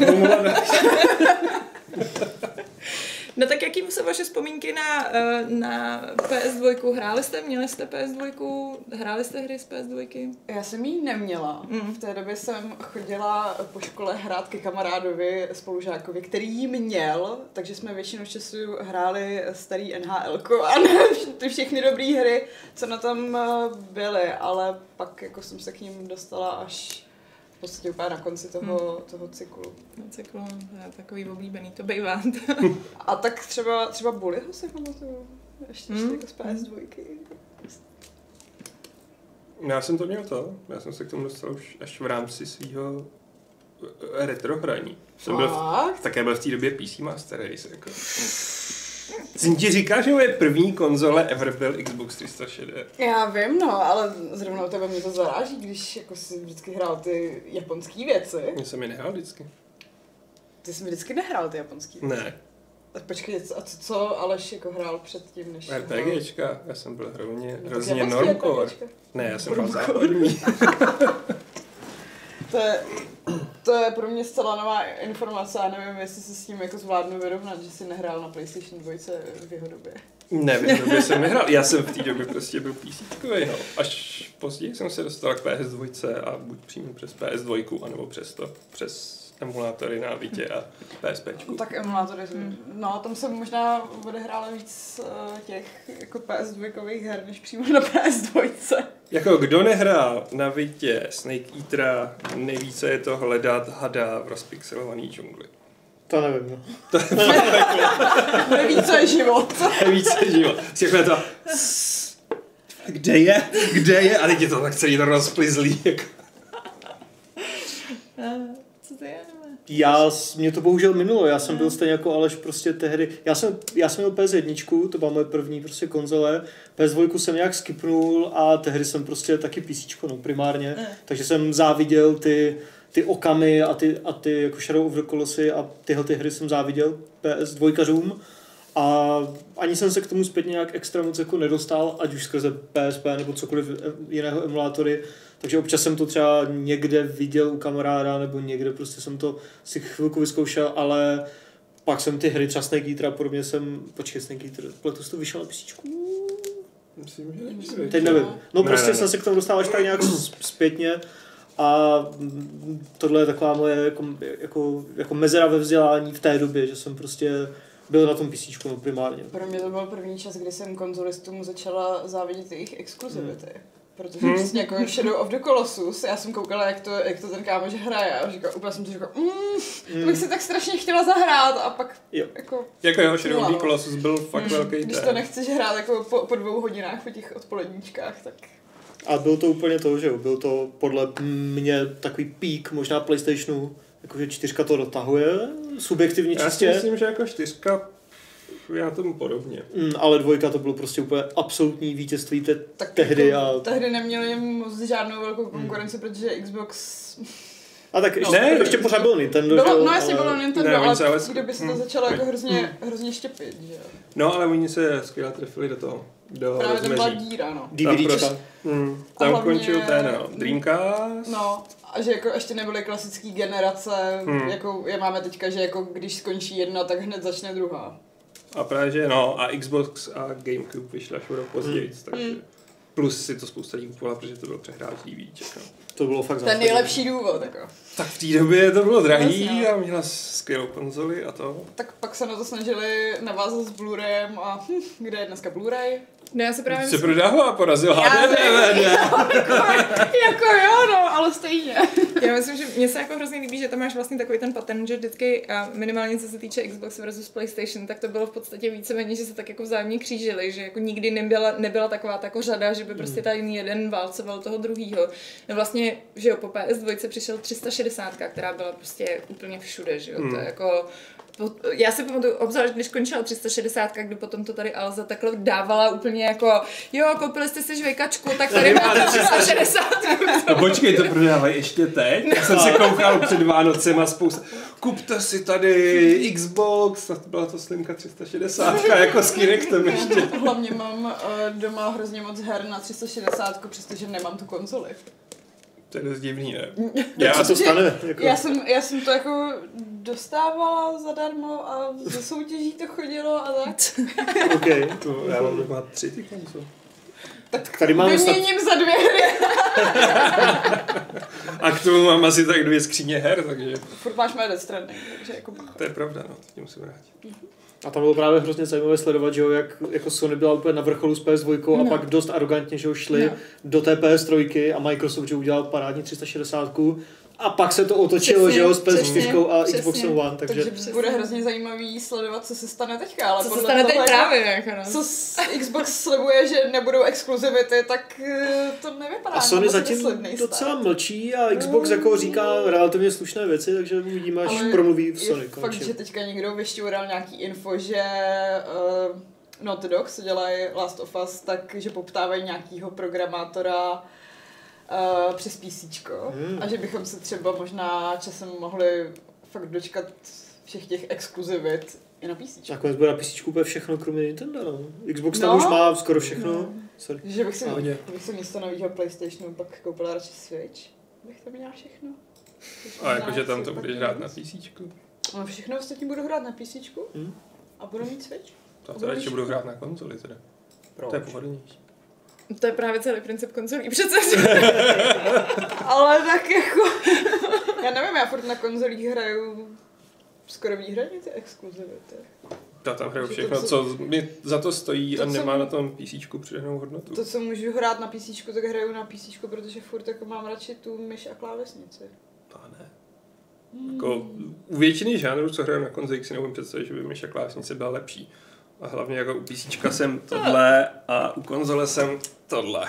No tak jaký jsou vaše vzpomínky na PS2? Měli jste PS2? Hráli jste hry z PS2? Já jsem ji neměla. V té době jsem chodila po škole hrát ke kamarádovi, spolužákovi, který ji měl, takže jsme většinu času hráli starý NHL a ty všechny dobré hry, co na tom byly, ale pak jako jsem se k ním dostala až v podstatě úplně na konci toho cyklu. To je takový oblíbený, to bývá. A tak třeba Bullyho si pamatuju. Ještě jako z PS2. Já jsem to měl Já jsem se k tomu dostal už až v rámci svého retro hraní. Také byl v té době PC Master Race. Jako. Jsem ti říkal, že moje první konzole ever byl Xbox 360. Já vím, ale zrovna u tebe mě to zaráží, když jako si vždycky hrál ty japonský věci. Já jsem je nehrál vždycky. Ty jsi mi vždycky nehrál ty japonský věci? Ne. Tak počkej, a co Aleš jako hrál předtím, než... RPGčka, já jsem byl hrozně normcore. Ne, já jsem hrál západní. To je pro mě zcela nová informace a nevím, jestli se s tím jako zvládnu vyrovnat, že jsi nehrál na PlayStation 2 v jeho době. Ne, v té době jsem nehrál. Já jsem v té době prostě byl PC-kovej, no. Až později jsem se dostal k PS2 a buď přímo přes PS2, anebo přes emulátory na Vitě a PSPčku. Tak emulátory, no tam jsem možná odehrála víc těch jako PS2kových her, než přímo na PS2. Jako kdo nehrál na Vitě Snake Eatera, nejvíce je to hledat hada v rozpixelovaný džungli. To nevím, no. Neví, co je život. Neví, co je život. Takhle to... Kde je? A teď je to tak celý to rozplizlý. co ty je? Mě to bohužel minulo, já jsem byl stejně jako Aleš prostě tehdy, já jsem měl PS1, to byla moje první prostě konzole, PS2 jsem nějak skipnul a tehdy jsem prostě taky PCčko, no primárně, takže jsem záviděl ty Okamy a ty jako Shadow of the Colossus a tyhle ty hry jsem záviděl PS2kařům a ani jsem se k tomu zpětně nějak extra moc jako nedostal, ať už skrze PSP nebo cokoliv jiného emulátory, takže občas jsem to třeba někde viděl u kamaráda nebo někde prostě jsem to si chvilku vyzkoušel, ale pak jsem ty hry třeba Snake Eater a podobně Snake Eater, letos to vyšel na písíčku? Myslím, že teď nevím. No prostě jsem se k tomu dostal až tak nějak zpětně a tohle je taková moje jako mezera ve vzdělání v té době, že jsem prostě byl na tom písíčku, no primárně. Pro mě to byl první čas, kdy jsem konzolistům začala závidět jejich exkluzivity. Protože přesně jako Shadow of the Colossus, já jsem koukala, jak to ten kámoš hraje a úplně jsem si říkala, to bych si tak strašně chtěla zahrát a pak jako jeho Shadow of the Colossus byl fakt velký. Když to nechceš hrát jako po 2 hodinách po těch odpoledníčkách, tak... A bylo to úplně to, že jo, byl to podle mě takový pík možná PlayStationu, jakože 4 to dotahuje, subjektivně čistě. Já si myslím, že jako 4 já tomu podobně. Ale 2 to bylo prostě úplně absolutní vítězství tehdy. Jako, tehdy neměli moc žádnou velkou konkurenci, protože Xbox... A tak ještě pořád byl Nintendo. Bylo Nintendo, ale kdyby se to začalo jako hrozně štěpit, že jo. No, ale oni se skvěle trefili do toho. Právě to byla díra, no. DVDčka. Tam končil Dreamcast. No, a že jako ještě nebyly klasické generace, jako je máme teďka, že jako když skončí jedna, tak hned začne druhá. A právě, že no, a Xbox a GameCube vyšla až o rok později, takže plus si to spousta lidí kupovala, protože to byl přehráč DVDček, no. To bylo fakt ten nejlepší důvod, jako. Tak v té době to bylo drahý a měla skvělou konzoli a to. Tak pak se na to snažili navázat s Blu-rayem a kde je dneska Blu-ray? No já se právě se prodává a porazil HD. Jako jo, no, ale stejně. Já myslím, že mně se jako hrozně líbí, že tam máš vlastně takový ten pattern, že vždycky, minimálně co se týče Xbox versus PlayStation, tak to bylo v podstatě víceméně, že se tak jako vzájemně křížili, že jako nikdy nebyla taková ta jako řada, že by prostě tady jeden válcoval toho druhýho. No vlastně, že jo, po PS2 přišel 360, která byla prostě úplně všude, že jo, to je jako... Já si pamatuju, obzvlášť když končila 360, kdy potom to tady Alza takhle dávala úplně jako jo, koupili jste si žvejkačku, tak tady máte 360. No počkej, to prodávají ještě teď? Já jsem si koukal před Vánocema spousta. Kupte si tady Xbox, a byla to slimka 360, jako s Kinectem ještě. Hlavně mám doma hrozně moc her na 360, přestože nemám tu konzoli. To je dost divný, ne? Já to stane. Jako... Já jsem to jako dostávala zadarmo a ze soutěží to chodilo a tak. Okay. To já mám doma 3 ty konzole. Tak tady máme vyměním za 2 hry. A k tomu mám asi tak 2 skříně her, takže... Furt máš mé Death Stranding, takže jako... To je pravda, no, to tím musím vrátit. A tam bylo právě hrozně zajímavé sledovat, že jo, jak jako Sony byla úplně na vrcholu s PS2 a pak dost arrogantně, že jo, šli do té PS3 a Microsoft, že udělal parádní 360 a pak se to otočilo, že jo, s PS4 a Xboxem One, takže bude hrozně zajímavý sledovat, co se stane teďka, ale co se stane teď právě, jako no. Co Xbox slibuje, že nebudou exkluzivity, tak to nevypadá. A Sony zatím docela mlčí a Xbox jako říká relativně slušné věci, takže uvidíme, až promluví v Sony. Fakt, že teďka někdo vyšťoural nějaký info, že Naughty Dog, co dělají Last of Us, takže poptávají nějakýho programátora přes PCčko a že bychom se třeba možná časem mohli fakt dočkat všech těch exkluzivit i na PCčku. Nakonec bude na PCčku úplně všechno, kromě Nintendo, no. Xbox tam už má skoro všechno. No. Že bych si místo nového PlayStationu pak koupila radši Switch. Bych tam měla všechno. A jakože tam to budeš hrát na PCčku? No všechno ostatní budu hrát na PCčku a budu mít Switch. To radši budu hrát na konzoli teda. Proč? To je pohodlnější. To je právě celý princip konzolí, přece. Ale tak jako... Já nevím, já furt na konzolích hraju skoro výhradně ty exkluzivity. Já tam hraju všechno, co mi za to stojí a nemá na tom PCčku přidanou hodnotu. To, co můžu hrát na PCčku, tak hraju na PCčku, protože furt jako mám radši tu myš a klávesnici. To ne. Jako u většiny žánrů, co hraju na konzolích, si neumím představit, že by myš a klávesnice byla lepší. A hlavně jako u PCčka jsem tohle a u konzole jsem tohle.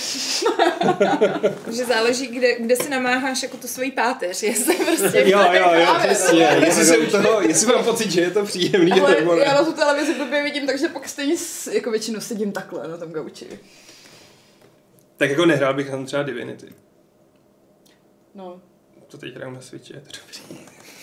Že záleží, kde si namáháš jako tu svoji páteř, jestli prostě... Jo, přesně. Jestli mám pocit, že je to příjemný. Ale já na tu televizi blbě vidím, takže pak stejně jako většinou sedím takhle na tom gauči. Tak jako nehrál bych tam třeba Divinity. No. To teď hraju na Switchi, je to dobrý.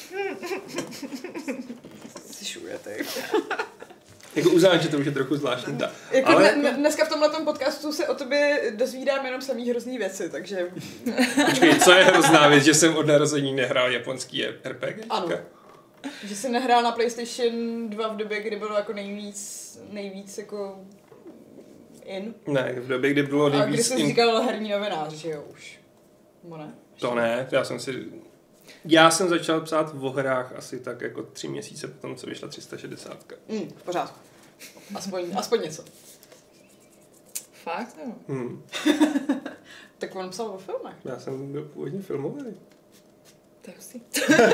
Jsi šujetý. Jako uznám, že to už je trochu zvláštní. Jako ale... dneska v tomhletom podcastu se o tobě dozvídám jenom samý hrozný věci, takže... Počkej, co je hrozná věc, že jsem od narození nehrál japonský RPG? Ano. Že jsi nehrál na PlayStation 2 v době, kdy bylo jako nejvíc jako in. Ne, v době, kdy bylo nejvíc in. A když jsi říkal herní novinář, že jo už. No ne. To ne, já jsem začal psát o hrách asi tak jako 3 měsíce potom, co vyšla 360. V pořádku. Aspoň něco. Fakt, jo. Tak on psal o filmech. Já jsem byl původně filmový. To je hustý.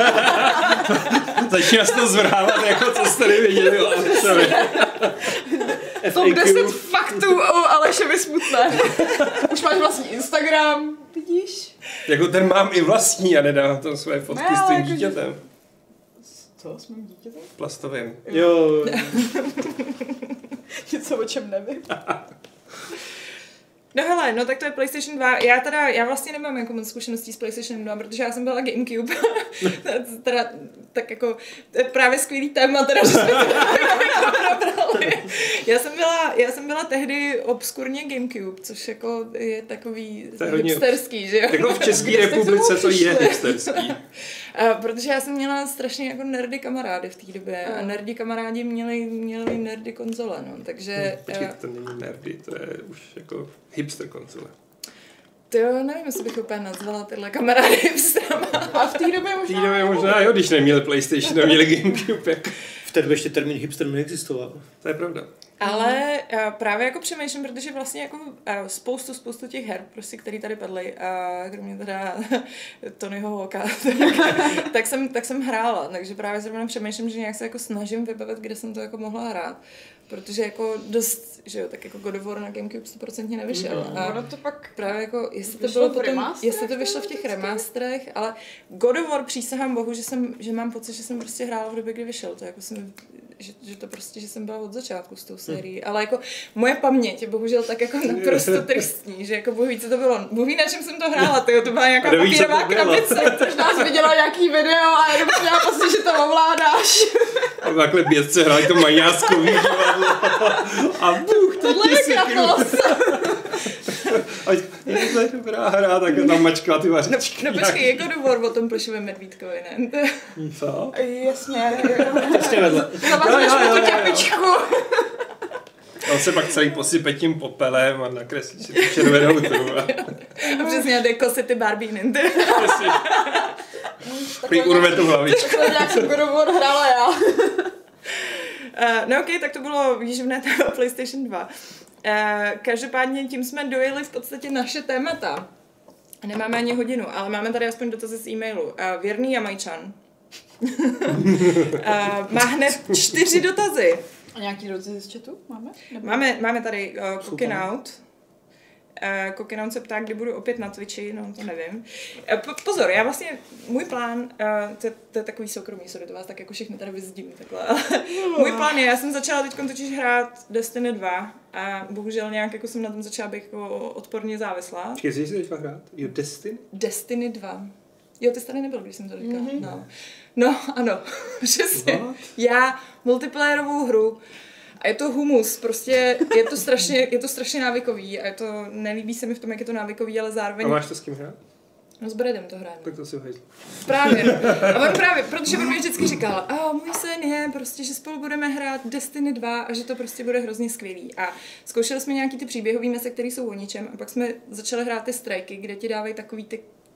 Začíná se to zvrhávat, jako co jste nevěděli o Alešovi. Top 10 faktů o Alešovi Smutné. Už máš vlastní Instagram, vidíš? Jako ten mám i vlastní a nedávám tam své fotky s tím dítětem. Co? S mým dítětem? Plastovým. Jo. Něco, o čem nevím. No hele, no tak to je PlayStation 2. Já vlastně nemám jako moc zkušeností s PlayStation 2, protože já jsem byla GameCube. Teda tak jako, to je právě skvělý téma, teda, že jsme to nabrali. Já jsem byla tehdy obskurně GameCube, což jako je takový hipsterský, že jo? Jako v České republice to je hipsterský. Protože já jsem měla strašně jako nerdy kamarády v té době a nerdy kamarádi měli nerdy konzole, no, takže... Počkejte, to není nerdy, to je už jako hipster konzole. To jo, nevím, jestli bych úplně nazvala tyhle kamarády hipsterama. A v té době možná jo, když neměli PlayStation a měli GameCube. Jak... V té době ještě termín hipster neexistoval. To je pravda. Ale právě jako přemýšlím, protože vlastně jako spoustu těch her, prostě, které tady padly, a kromě teda Tonyho Hawka, tak jsem hrála, takže právě zrovna přemýšlím, že nějak se jako snažím vybavit, kde jsem to jako mohla hrát. Protože jako dost, že jo, tak jako God of War na GameCube 100% nevyšel. A ono to pak právě jako, jestli to vyšlo v těch remasterech, ale God of War přísahám bohu, že mám pocit, že jsem prostě hrála v době, kdy vyšel. To jako že to prostě, že jsem byla od začátku s tou sérií. Ale jako moje paměť je bohužel tak jako naprosto tristní, že jako Bůh ví, co to bylo. Bůh ví, na čem jsem to hrála, to byla nějaká papírová krabice. Tož nás viděla nějaký video a jenom měla pocit, že to ovládáš. A takhle bědce hráli to maňáskový divadlo. A Bůh, tohle je Kratos. To je dobrá hra, tak tam mačkala ty vařečky. No počkej, je God of War o tom plišovém medvídkovi, ne? Co? Jasně. Přesně vedle. Zavazuješ mu tu ťapičku. On se pak celý posype tím popelem a nakreslí si tu červenou tu. A přesně, jde kosit ty barbíny. Prý urve tu hlavičku. Takhle nějak jsem God of War hrála já. No okej, tak to bylo výživné téma PlayStation 2. Každopádně tím jsme dojeli v podstatě naše témata. Nemáme ani hodinu, ale máme tady aspoň dotazy z e-mailu. Věrný Jamajčan má hned 4 dotazy. A nějaký dotazy z chatu máme? Máme tady Cooking Out. Cooking Out se ptá, kdy budu opět na Twitchi, no to nevím. Pozor, já vlastně, můj plán, to je takový soukromý, sorry, to vás tak jako všechny tady vyzdím takhle, ale můj plán je, já jsem začala teď totiž hrát Destiny 2 a bohužel nějak jako jsem na tom začala být jako odporně závislá. Počkej, jsi teď hrát? Jo, Destiny? Destiny 2. Jo, ty jsi tady nebyl, když jsem to říkala. No, ano, přesně. What? Já multiplayerovou hru a je to humus, prostě je to strašně návykový a nelíbí se mi v tom, jak je to návykový, ale zároveň... A máš to s kým hrát? No s Bradem to hrajeme. Tak to si hejzl. Právě, no. A on právě, protože on mi vždycky říkal, můj sen je prostě, že spolu budeme hrát Destiny 2 a že to prostě bude hrozně skvělý. A zkoušeli jsme nějaký ty příběhový mise, které jsou o ničem a pak jsme začali hrát ty strajky, kde ti dávají takový ty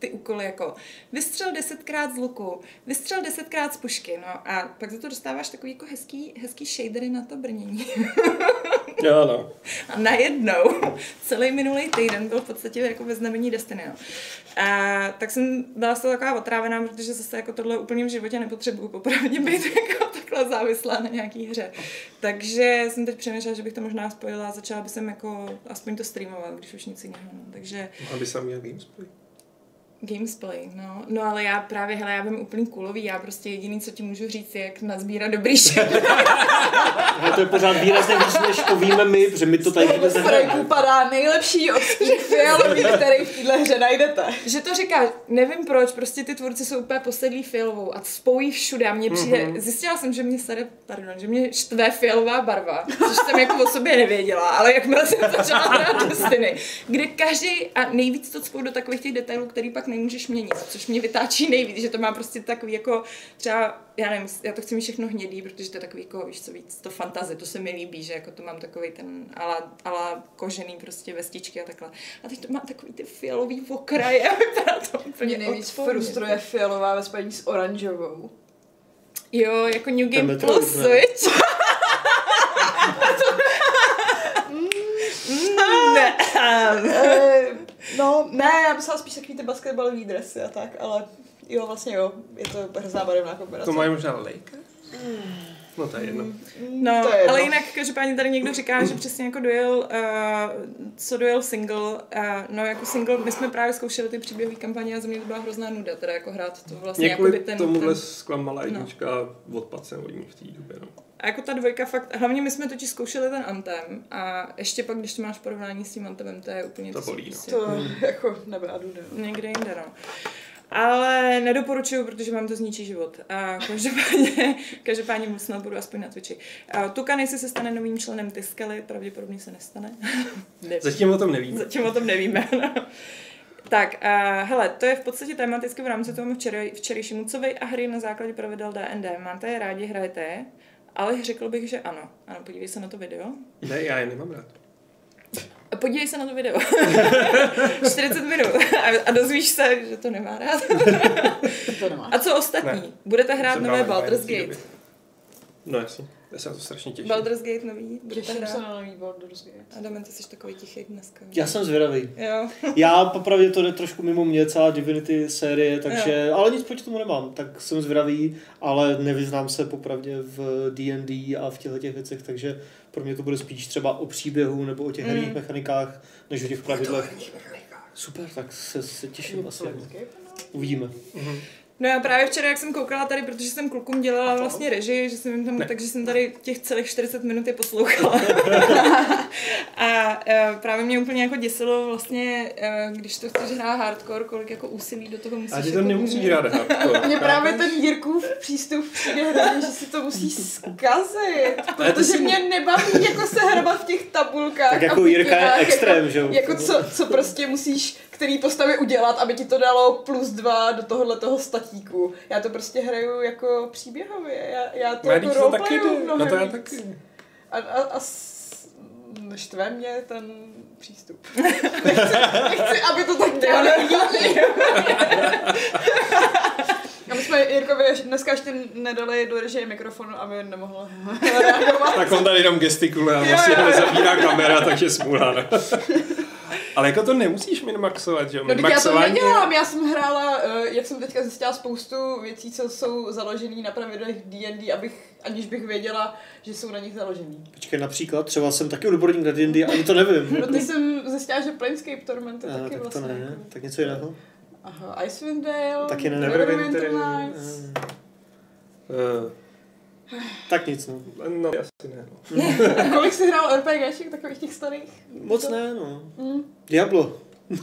ty úkoly jako vystřel 10krát z luku, vystřel 10krát z pušky, no a pak za to dostáváš takový jako hezký shadery na to brnění. Jo, no. A najednou celý minulý týden byl v podstatě jako ve znamení Destiny, no. A tak jsem byla z toho taková otrávená, protože zase jako tohle úplně v životě nepotřebuju popravdě být jako takhle závislá na nějaký hře. Takže jsem teď přemýšlela, že bych to možná spojila a začala bych jsem jako aspoň to streamovat, když už nic jiného, no. Takže... Aby jsem měl Gamesplay. Gamesplay, no. No ale já právě, hele, já vím úplný coolový, já prostě jediný, co ti můžu říct, je, jak nazbírat dobrý shit. To je pořád výrazně víc, než to víme my, protože my to tady vůbec nehrajeme. Padá nejlepší odstín fialový, který v téhle hře najdete. Že to říkáš, nevím proč, prostě ty tvůrci jsou úplně posedlí fialovou a spojí všude a mně přijde, zjistila jsem, že že mě štve fialová barva, což jsem jako o sobě nevěděla, ale jakmile jsem začala hrát Destiny, kde každý a nejvíc to spou do takových těch detailů, který pak nemůžeš měnit, což mě vytáčí nejvíc, že to má prostě takový jako třeba, já nevím, já to chci mít všechno hnědý, protože to je takový jako, víš co, víc to fantazie, to se mi líbí, že jako to mám takový ten ala kožený prostě vestičky a takhle. A teď to má takový ty fialový okraje a vypadá to úplně nejvíc frustruje fialová ve spojení s oranžovou. Jo, jako New Game Plus Switch. No, ne, já myslela spíš takový ty basketbalový dresy a tak, ale jo, vlastně jo, je to hrozná barevná kombinace. To mají možná Lakers? No to je jedno. No, to je jedno. Ale jinak, každopádně tady někdo říká, že přesně jako dojel single, no jako single, my jsme právě zkoušeli ty příběhové kampaně a za mě to byla hrozná nuda, teda jako hrát to vlastně několik jakoby tomuhle zklamala jednička a odpad jsem od ní v té době, no. A jako ta dvojka fakt, hlavně my jsme totiž zkoušeli ten Anthem a ještě pak, když to máš porovnání s tím Anthemem, to je úplně to bolí, prostě, no. To jako nebyla nuda. Někde jinde, no. Ale nedoporučuju, protože vám to zničí život. A každopádně snad budu aspoň na Twitchi. Tukan, jestli se stane novým členem Tiskelly, pravděpodobně se nestane. Zatím o tom nevíme. Zatím o tom nevíme, no. Tak, hele, to je v podstatě tematicky v rámci tomu včerejšímu. Co vy a hry na základě pravidel D&D? Máte je rádi, hrajete je? Ale řekl bych, že ano. Ano, podívej se na to video. Ne, já je nemám rád. Podívej se na to video. 40 minut. A dozvíš se, že to nemá rád. To nemá. A co ostatní? Ne. Budete hrát nové Baldur's Gate? No jasně. Já se na to strašně těším. Baldur's Gate nový? Budete hrát? Se na nový Baldur's Gate. Adam, ty jsi takový tichý dneska. Já jsem zvědavý. Jo. Já popravdě to jde trošku mimo mě, celá Divinity série, takže, ale nic proti tomu nemám, tak jsem zvědavý, ale nevyznám se popravdě v D&D a v těchto těch věcech, takže pro mě to bude spíš třeba o příběhu nebo o těch herních mechanikách, než o těch pravidlech. Super, tak se těším asi. Uvidíme. No já právě včera, jak jsem koukala tady, protože jsem klukům dělala vlastně režii, že jsem jim tam, takže jsem tady těch celých 40 minut je poslouchala. A právě mě úplně jako děsilo vlastně, když to chceš hrát hardcore, kolik jako úsilí do toho musíš. A ty to nemusíš hrát hardcore. Mě právě ten Jirkův přístup přijde hrozně, že si to musí zkazit, protože mě nebaví jako se hrabat v těch tabulkách. Tak jako Jirka je extrém, že jo? Jako co prostě musíš který postavě udělat, aby ti to dalo +2 do tohohletoho statíku. Já to prostě hraju jako příběhově. Já to jako roleplayu mnohem no to já víc. taky. A štve mě ten přístup. Nechci, aby to tak dělali lidi. A my jsme Jirkovi dneska ještě nedali do režie mikrofonu, aby nemohl reagovat. Tak on tady jenom gestikuluje a vlastně nezabírá kamera, takže smůla. Ale jako to nemusíš minmaxovat, že jo? No já to nedělám, já jsem hrála, jak jsem teďka zjistila spoustu věcí, co jsou založený na pravidlech D&D, aniž bych věděla, že jsou na nich založený. Počkej, například, třeba jsem taky odborník na D&D, ani to nevím. No ty jsem zjistila, že Planescape Torment je taky tak vlastně. To ne, jako... tak něco jiného. Aha, Icewind Dale, taky ne. Neverwinter Nights. Tak nic, no. No, asi ne. No. Kolik jsi hrál RPGček, takových těch starých? Moc ne, no. Diablo.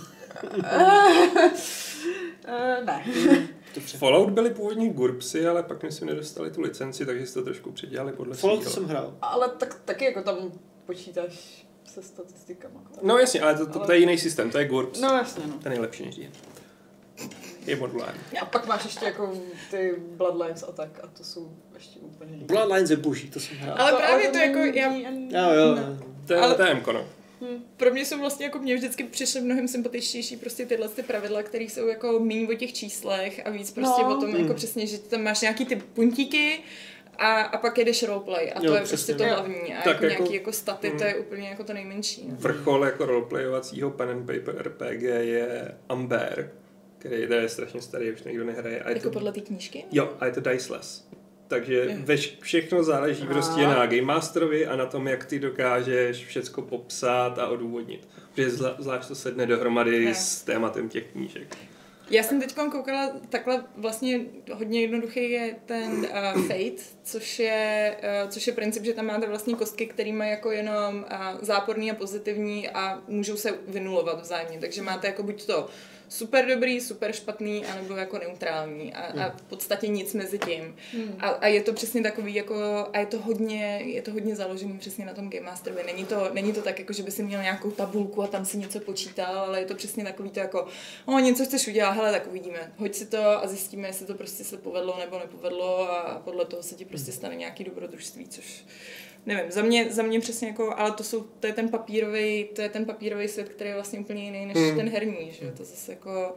Ne. Fallout byly původně GURPSy, ale pak my si nedostali tu licenci, takže si to trošku předělali podle Fallout jsem hrál. Ale taky jako tam počítáš se statistikama. No jasně, ale to je jiný systém, to je GURPS. No jasně, no. To je nejlepší než je modulární. A pak máš ještě jako ty Bloodlines a tak, a to jsou ještě úplně jiné. Bloodlines je boží, to jsem hrál. Ale právě to jako... Jo. To je MKO, no. Pro mě jsou vlastně jako mě vždycky přišly mnohem sympatičtější prostě tyhle ty pravidla, které jsou jako méně o těch číslech a víc prostě o tom jako přesně, že tam máš nějaký ty puntíky a pak jedeš roleplay a to je prostě to hlavní a jako nějaký jako staty, to je úplně jako to nejmenší. Vrchol jako roleplayovacího pen and paper RPG je Amber, který je strašně starý, už nikdo nehraje. A jako podle té knížky? Jo, a je to diceless. Takže všechno záleží prostě na Game Masterovi a na tom, jak ty dokážeš všecko popsat a odůvodnit. Protože zvlášť to sedne dohromady s tématem těch knížek. Já jsem teď koukala, takhle vlastně hodně jednoduchý je ten Fate, což je princip, že tam máte vlastně kostky, které mají jako jenom záporný a pozitivní a můžou se vynulovat vzájemně. Takže máte jako buď to super dobrý, super špatný, anebo jako neutrální a v podstatě nic mezi tím. A je to přesně takový jako, a je to hodně založený přesně na tom Game Masterovi. Není to tak, jako, že by si měl nějakou tabulku a tam si něco počítal, ale je to přesně takový to jako, něco chceš udělat, hele, tak uvidíme. Hoď si to a zjistíme, jestli to prostě se povedlo nebo nepovedlo a podle toho se ti prostě stane nějaký dobrodružství, což nevím, za mě přesně jako, ale to je ten papírový svět, který je vlastně úplně jiný než ten herní, že to zase jako...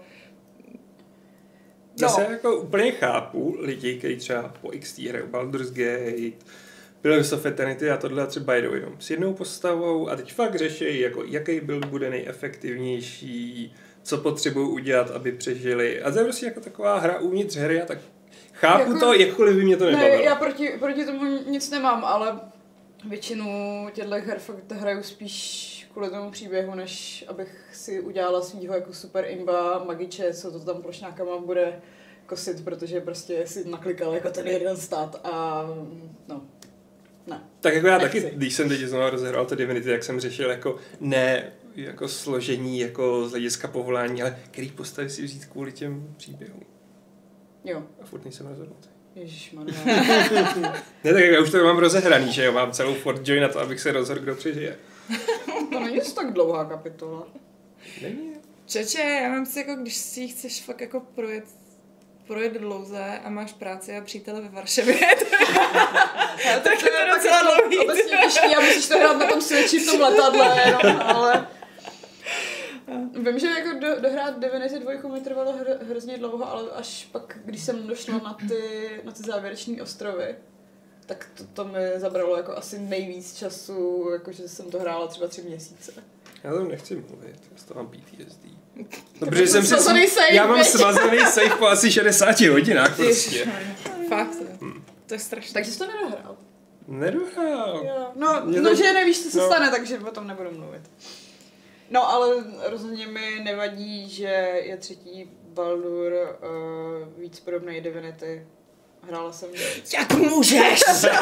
Zase jako úplně chápu lidi, kteří třeba po XT hrajou Baldur's Gate, Pillars of Eternity a tohle třeba jedou jenom s jednou postavou a teď fakt řeší, jako jaký build bude nejefektivnější, co potřebují udělat, aby přežili. A to je prostě jako taková hra uvnitř hry a tak chápu jako, to, jakkoliv by mě to nebavilo. Ne, já proti tomu nic nemám, ale většinu těchto her fakt hraju spíš kvůli tomu příběhu, než abych si udělala svýho jako super imba magiče, co to tam plošňákama bude kosit, protože prostě si naklikal jako ten jeden stát a ne. Tak jako já taky, když jsem teď znovu rozehrál to Divinity, jak jsem řešil jako ne jako složení jako z hlediska povolání, ale který postavy si vzít kvůli těm příběhům. Jo. A furt nejsem rozhodnutý. Ježišmarja. Ne, tak já už to mám rozehraný, že jo, mám celou Fort Joy na to, abych se rozhodl, kdo přežije. To není tak dlouhá kapitola. Není. Čeče, já mám si jako, když si chceš fakt jako projet dlouze a máš práci a přítele ve Varšavě, tak je to docela dlouhý. Obecně těžký a musíš to hrát na tom Switchi v tom letadle, ale... Vím, že jako dohrát Divinity 2 mi trvalo hrozně dlouho, ale až pak, když jsem došla na ty závěrečné ostrovy, tak to mi zabralo jako asi nejvíc času, jakože jsem to hrála třeba 3 měsíce. Já tam nechci mluvit, já to mám PTSD. No, protože jsem já mám smazaný save po asi 60 hodinách prostě. Fakt, to je strašné. Takže jsi to nedohrál? Nedohrál. No, že nevíš, co se stane, takže o tom nebudu mluvit. No, ale rozhodně mi nevadí, že je třetí Baldur víc podobný Divinity. Hrála jsem... Jak můžeš?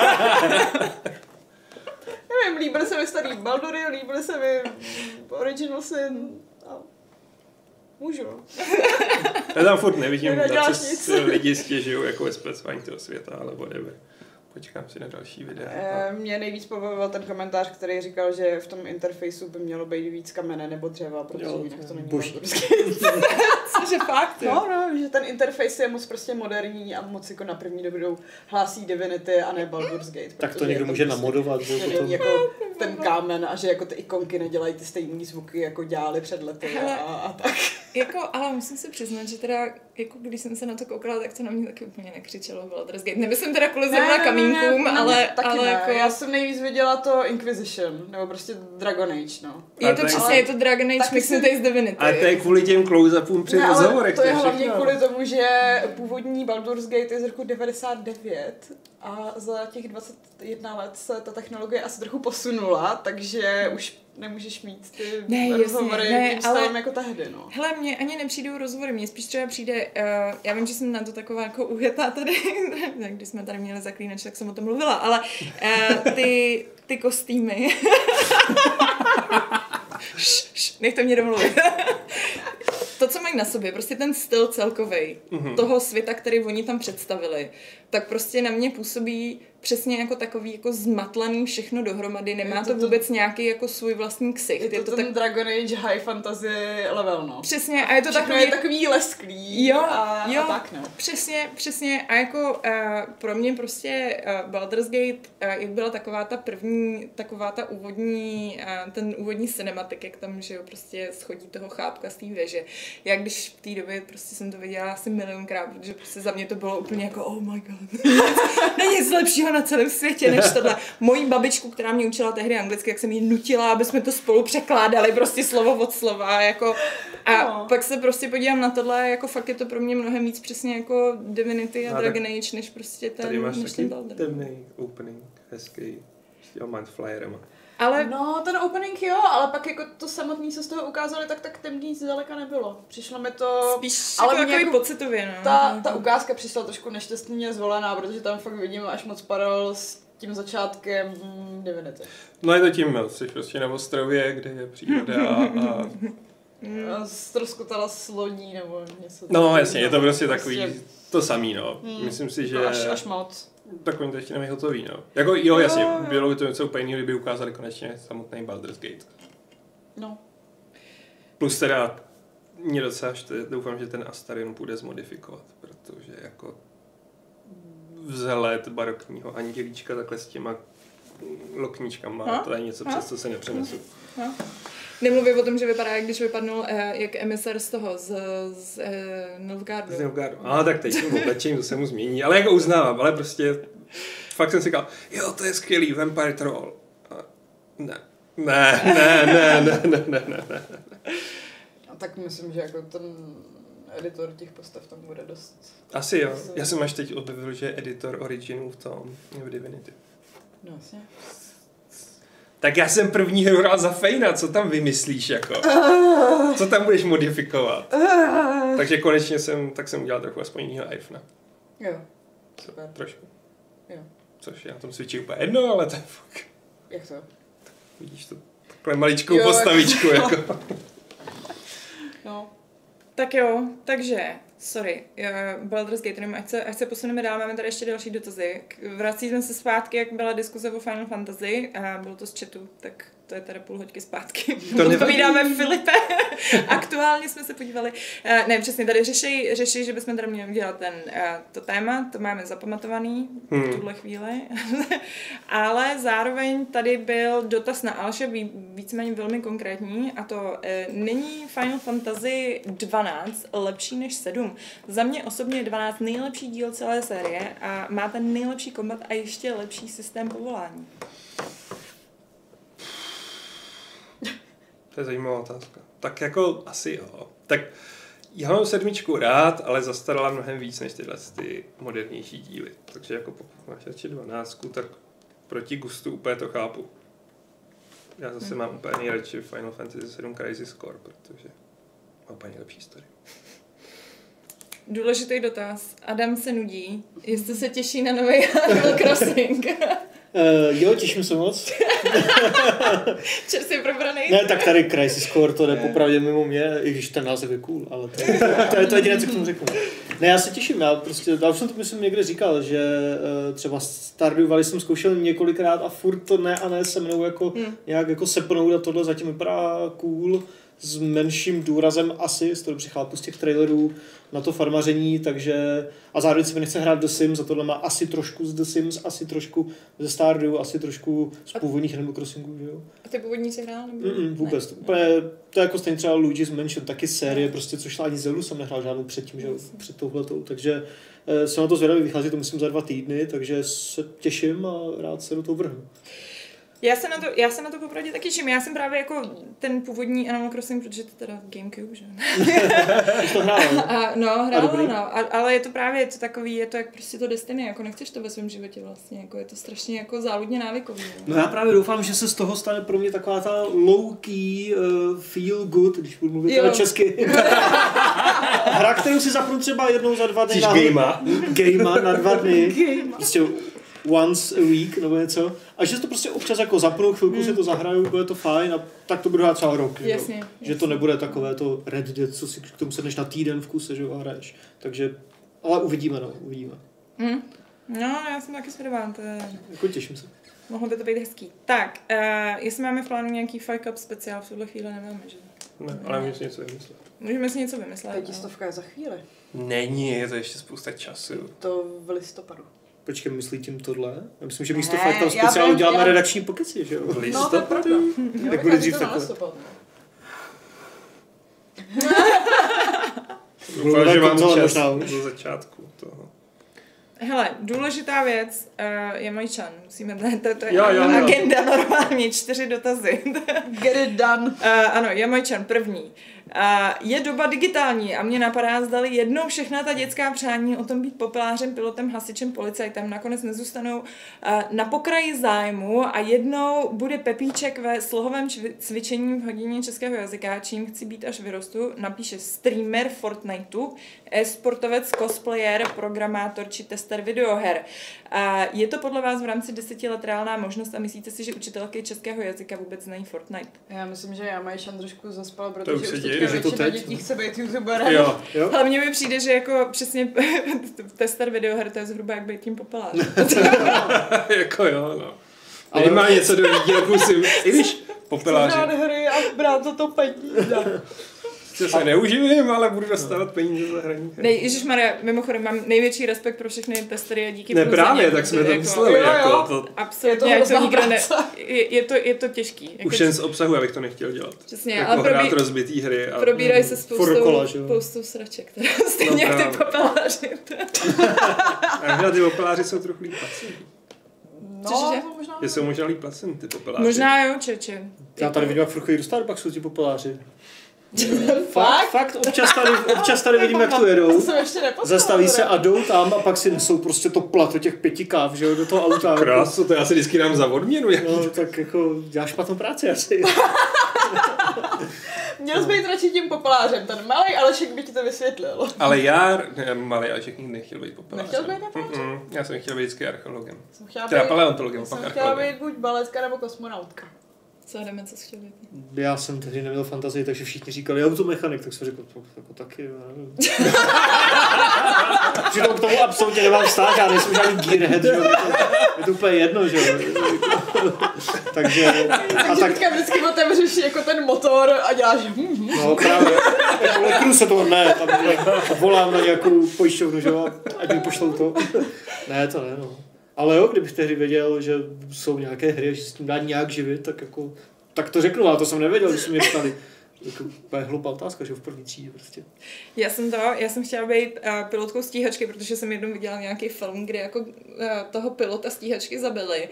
Nevím, líbily se mi starý Baldury, líbily se mi Original Sin a můžu. Já tam furt nevidím, na co lidi stěžují jako ve zpracování toho světa, ale whatever. Počkám si na další videa. Mě nejvíc pobavil ten komentář, který říkal, že v tom interfejsu by mělo být víc kamene nebo dřeva, protože jinak to není Baldur's Gate. Cože fakt? No, že ten interfejs je moc prostě moderní a moc jako na první dobrou hlásí Divinity a ne Baldur's Gate. Tak to někdo může prostě namodovat. Že potom... jako ten kámen a že jako ty ikonky nedělají ty stejný zvuky, jako dělali před lety a tak. Jako, ale musím si přiznat, že teda, jako když jsem se na to koukala, tak to na mě taky úplně nekřičelo Baldur's Gate. Nemyslím teda kvůli zrovna kamínkům, ale jako... Já jsem nejvíc viděla to Inquisition, nebo prostě Dragon Age, no. Je to přesně, je to Dragon Age mixnutý z Divinity. Ale to je kvůli těm close-upům při rozhovorech. To je hlavně kvůli tomu, že původní Baldur's Gate je z roku 99 a za těch 21 let se ta technologie asi trochu posunula, takže už nemůžeš mít ty rozhovory tím stylem jako tehdy, no. Hele, mně ani nepřijdou rozhovory, mně spíš třeba přijde, já vím, že jsem na to taková jako ujetá tady, když jsme tady měli Zaklínač, tak jsem o tom mluvila, ale ty kostýmy, nechte mě domluvit. To, co samaný na sobě, prostě ten styl celkovej toho světa, který oni tam představili, tak prostě na mě působí přesně jako takový jako zmatlaný všechno dohromady, nemá to vůbec nějaký jako svůj vlastní ksicht. Je to ten Dragon Age high fantasy level, no. Přesně, a je to takový lesklý a tak, no. Přesně, a jako pro mě prostě Baldur's Gate, jak byla taková ta úvodní, ten úvodní cinematik, jak tam, že jo, prostě schodí toho chápka z té věže. Já když v té době prostě jsem to viděla asi milionkrát, protože prostě za mě to bylo úplně jako oh my god, není nic lepšího na celém světě než tohle. Mojí babičku, která mě učila tehdy anglicky, jak jsem jí nutila, aby jsme to spolu překládali prostě slovo od slova, jako a pak se prostě podívám na tohle, jako fakt je to pro mě mnohem víc přesně jako Divinity a Dragon Age, než prostě ten tady máš než ten Baldur. temný opening, hezký, s těma mindflyerama. Ale no, ten opening jo, ale pak jako to samotný se z toho ukázali, tak temný zdaleka nebylo. Přišlo mi to... Spíš ale jako takový pocitově, no. Ta ukázka přišla trošku nešťastně zvolená, protože tam fakt vidím až moc paralel s tím začátkem Divinity. No je to tím, jsi prostě na ostrově, kde je příroda a ztroskotala sloní nebo něco. No jasně, je to prostě takový to samý, no. Myslím si, že... Až moc. Tak oni to ještě nemají hotový, no. Jako jo, jasně, bylo by to něco úplně jiného, kdyby ukázali konečně samotný Baldur's Gate. No. Plus teda mě docela doufám, že ten Astarion půjde zmodifikovat, protože jako vzhled barokního andělíčka takhle s těma lokníčkama, to je něco, přes co se nepřenesu. Nemluvím o tom, že vypadá, jak když vypadnul jak emisar z toho, z Nilfgaardu. Z Nilfgaardu. Tak teď tím oblečením to se mu změní, ale jako uznávám, ale prostě fakt jsem si říkal, jo, to je skvělý, Vampire Troll. Ne. A tak myslím, že jako ten editor těch postav tam bude dost... Asi jo, já jsem až teď objevil, že je editor originů v Divinity. No jasně. Tak já jsem první hru hrál za Fejna, co tam vymyslíš jako? Co tam budeš modifikovat? Takže konečně jsem udělal trochu aspoň jinýho Eifna. Jo, super. Trošku. Jo. Což je na tom switchi úplně jedno, ale to je fakt. Jak to? Vidíš to takhle maličkou postavičku jako. No. Tak jo, takže, sorry, Baldur's Gate, nevím, ať se posuneme dál, máme tady ještě další dotazy. Vracíme se zpátky, jak byla diskuze o Final Fantasy, a bylo to z chatu, tak to je tady půl hoďky zpátky. Odpovídáme Filipe, aktuálně jsme se podívali. Ne, přesně, tady řeší, že bychom tady měli udělat to téma, to máme zapamatovaný v tuhle chvíli. Ale zároveň tady byl dotaz na Alše, víceméně velmi konkrétní, a to není Final Fantasy 12 lepší než 7. Za mě osobně je 12 nejlepší díl celé série a má ten nejlepší kombat a ještě lepší systém povolání. To je zajímavá otázka. Tak jako asi jo. Tak já mám 7 rád, ale zastarala mnohem víc než tyhle ty modernější díly. Takže jako pokud máš radši 12, tak proti gustu úplně to chápu. Já zase mám úplně nejradši Final Fantasy 7 Crisis Core, protože má úplně nejlepší story. Důležitý dotaz. Adam se nudí. Jestli se těší na nový Animal Crossing. Jo, těším se moc. Čerstvě probraný. Ne, tak tady Crisis Core, to jde popravdě mimo mě, i když ten název je cool, ale to je to jediné, co k tomu řeknu. Ne, já se těším, já už jsem to myslím někde říkal, že třeba Stardew Valley jsem zkoušel několikrát a furt to ne a ne se mnou jako nějak jako sepnout a tohle zatím vypadá cool, s menším důrazem asi, z toho přichápu z těch trailerů na to farmaření, takže a zároveň se mi nechce hrát The Sims a tohle má asi trošku z The Sims, asi trošku ze Stardew, asi trošku z původních Animal Crossingů, že jo? A ty původní jsi hrál? Vůbec. Úplně, to je jako stejně třeba Luigi's Mansion, taky série, prostě, což ani Zeldu jsem nehrál žádnou předtím, že jo, před touhletou, takže jsem na to zvědavý, vychází to myslím za 2 týdny, takže se těším a rád se do toho vrhnu. Já se na to popravdě taky těším. Já jsem právě jako ten původní Animal Crossing, protože to teda GameCube, že? Už to hrála, no, ale je to právě to takový, je to jak prostě to Destiny, jako nechceš to ve svém životě vlastně, jako je to strašně jako záludně návykový. No já právě doufám, že se z toho stane pro mě taková ta low-key feel good, když budu mluvit česky. Hra, kterou si zapnu třeba jednou za 2 dny. Gamea Na 2 dny. Prostě once a week nebo něco. A že to prostě občas jako zapnu, chvilku si to zahraju, bude to fajn a tak to bude hrát třeba rok. Jasně. Že to nebude takové to Red Dead, co si k tomu sedneš na týden v kuse, že jo, a hraješ. Takže, ale uvidíme. No, já jsem taky zvědavá, to je... Jako těším se. Mohlo by to být hezký. Tak, jestli máme v plánu nějaký Fight Cup speciál, v tuhle chvíli nemáme, že? Ne, ale můžeme si něco vymyslet. Můžeme si něco vymyslet. 500 je za chvíli. Není, je to ještě spousta času. To v listopadu. Počkej, myslí tím tohle? Já myslím, že místo Fight Cup speciálu děláme redakční pokeci, že jo? No, to je pravda. Tak bude dřív takové. Doufám, že mám čas možná do začátku toho. Hele, důležitá věc je Majčan. Musíme, to je Jo. agenda normálně, 4 dotazy. Get it done. Ano, Jamajčan první. Je doba digitální a mě napadá, zdali jednou všechna ta dětská přání o tom být popelářem, pilotem, hasičem, policajtem nakonec nezůstanou na pokraji zájmu a jednou bude Pepíček ve slohovém cvičení v hodině českého jazyka, čím chci být až vyrostu, napíše streamer Fortniteu, e-sportovec, cosplayer, programátor či tester videoher. Je to podle vás v rámci 10 let reálná možnost a myslíte si, že učitelky českého jazyka vůbec znají Fortnite? Já myslím, že Jamajčan trošku zaspal, protože už děje, že většina dětí chce být youtuberem. Jo. Hlavně mi přijde, že jako přesně tester videoher, to je zhruba jak být tím popelářem. Jako jo, no. Ale má něco do výdělku si, i když popeláři. Hrát hry a brát za to peníze. Se neuživím, ale budu dostávat peníze za hraní. Ježišmarja, mimochodem mám největší respekt pro všechny testery a díky Ne, právě, tak jsme to mysleli. Jako, to, absolutně, jak to nikdo ne... Je to těžký. Jako už jen z obsahu, abych to nechtěl dělat. Přesně, jako ale hrát rozbitý hry. A... Probírají se spoustou sraček, teda stejně jak ty popeláři. A ty popeláři jsou trochu líp placení. No, možná. Že jsou možná líp placení, ty popeláři. Možná jo, čeče. Já tady vidím, jak furt chodí do Starbucksu, ti popeláři. Fakt? Občas tady vidím, jak tu jedou. Zastaví se a jdou tam a pak si nesou prostě to plato těch 5 káv, že jo, do toho auta. Krásu, to já si vždycky dám za odměnu. No, tak jako děláš špatnou práci asi. Měl jsi být radši tím popelářem, ten malej Alešek by ti to vysvětlil. Ale malej Alešek nikdy nechtěl být popelářem. Nechtěl být popelářem? Já jsem chtěl být vždycky archeologem. Teda paleontologem, pak archeologem. Jsem chtěla být buď balecka nebo kosmonautka. Co jdeme, co jsi chtěl být? Já jsem tehdy neměl fantazii, takže všichni říkali automechanik, tak jsem řekl, jako taky, já nevím. Že to k tomu absolutně nemám vztah, já nejsem žádný gearhead, že jo, je to úplně jedno, že jo. Takže teďka vždycky otevřeš jako ten motor a děláš No právě, jako lekru se toho ne, tam volám na nějakou pojišťovnu, že jo, ať mi pošlou to. Ne, to ne, no. Ale jo, kdybych tehdy věděl, že jsou nějaké hry a že s tím dá nějak živit, tak jako, tak to řeknu, ale to jsem nevěděl, když jsme mě ptali. Jako, to je hloupá otázka, že v první třídě prostě. Já jsem chtěla být pilotkou stíhačky, protože jsem jednou viděla nějaký film, kde jako toho pilota stíhačky zabili.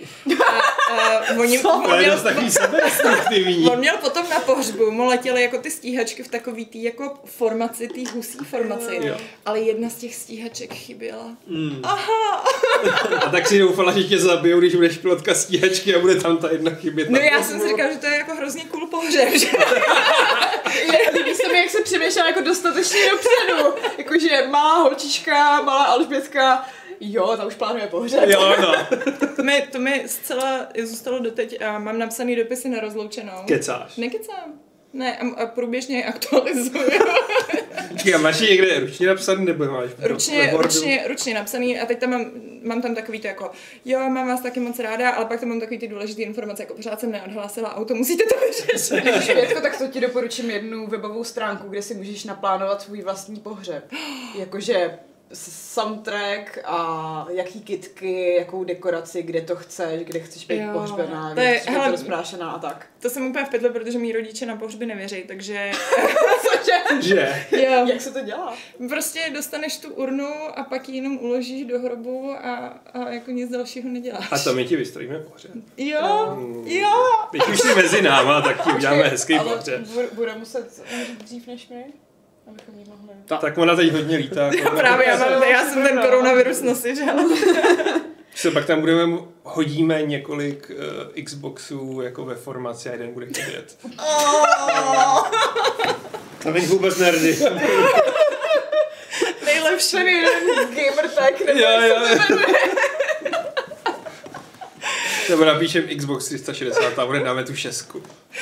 On měl potom na pohřbu, mu letěly jako ty stíhačky v takový tý jako formaci, tý husí formaci, ale jedna z těch stíhaček chyběla. Aha! A tak si doufala, že tě zabijou, když budeš pilotka stíhačky a bude tam ta jedna chybět. No já jsem si říkala, že to je jako hrozně cool pohřeb, že? Líbí se mi, jak se přemýšlela jako dostatečně dopředu. Jakože malá holčička, malá Alžbětka, jo, ta už plánuje pohřeb. Jo, no. To mi zcela zůstalo doteď a mám napsaný dopisy na rozloučenou. Kecáš. Nekecám. Ne, a průběžně je aktualizuju. A máš je někde ručně napsaný, nebo máš ručně napsaný a teď tam mám tam takový to jako, jo, mám vás taky moc ráda, ale pak tam mám takový ty důležité informace, jako pořád jsem neodhlásila auto, musíte to vyřešit. Švětko, tak to ti doporučím jednu webovou stránku, kde si můžeš naplánovat svůj vlastní pohřeb. Jakože soundtrack a jaký kitky, jakou dekoraci, kde to chceš, kde chceš být pohřbená, kde chceš být rozprášená a tak. To jsem úplně v pytle, protože mý rodiče na pohřby nevěří, takže... Že? Jo. Jak se to dělá? Prostě dostaneš tu urnu a pak ji jenom uložíš do hrobu a jako nic dalšího neděláš. A to my ti vystrojíme pohřeb. Jo. Teď už jsi mezi náma, tak ti uděláme hezký pohřeb. Bude muset dřív než my? Abychom jí mohli. Tak ona teď hodně lítá. Právě, já jsem ten koronavirus nosič, Se pak tam hodíme několik Xboxů jako ve formaci a jeden bude chybět. Tam není vůbec nerdy. Nejlepší. Gamer tag, nebo jo. Nebo napíšem Xbox 360 a bude dáme tu 6.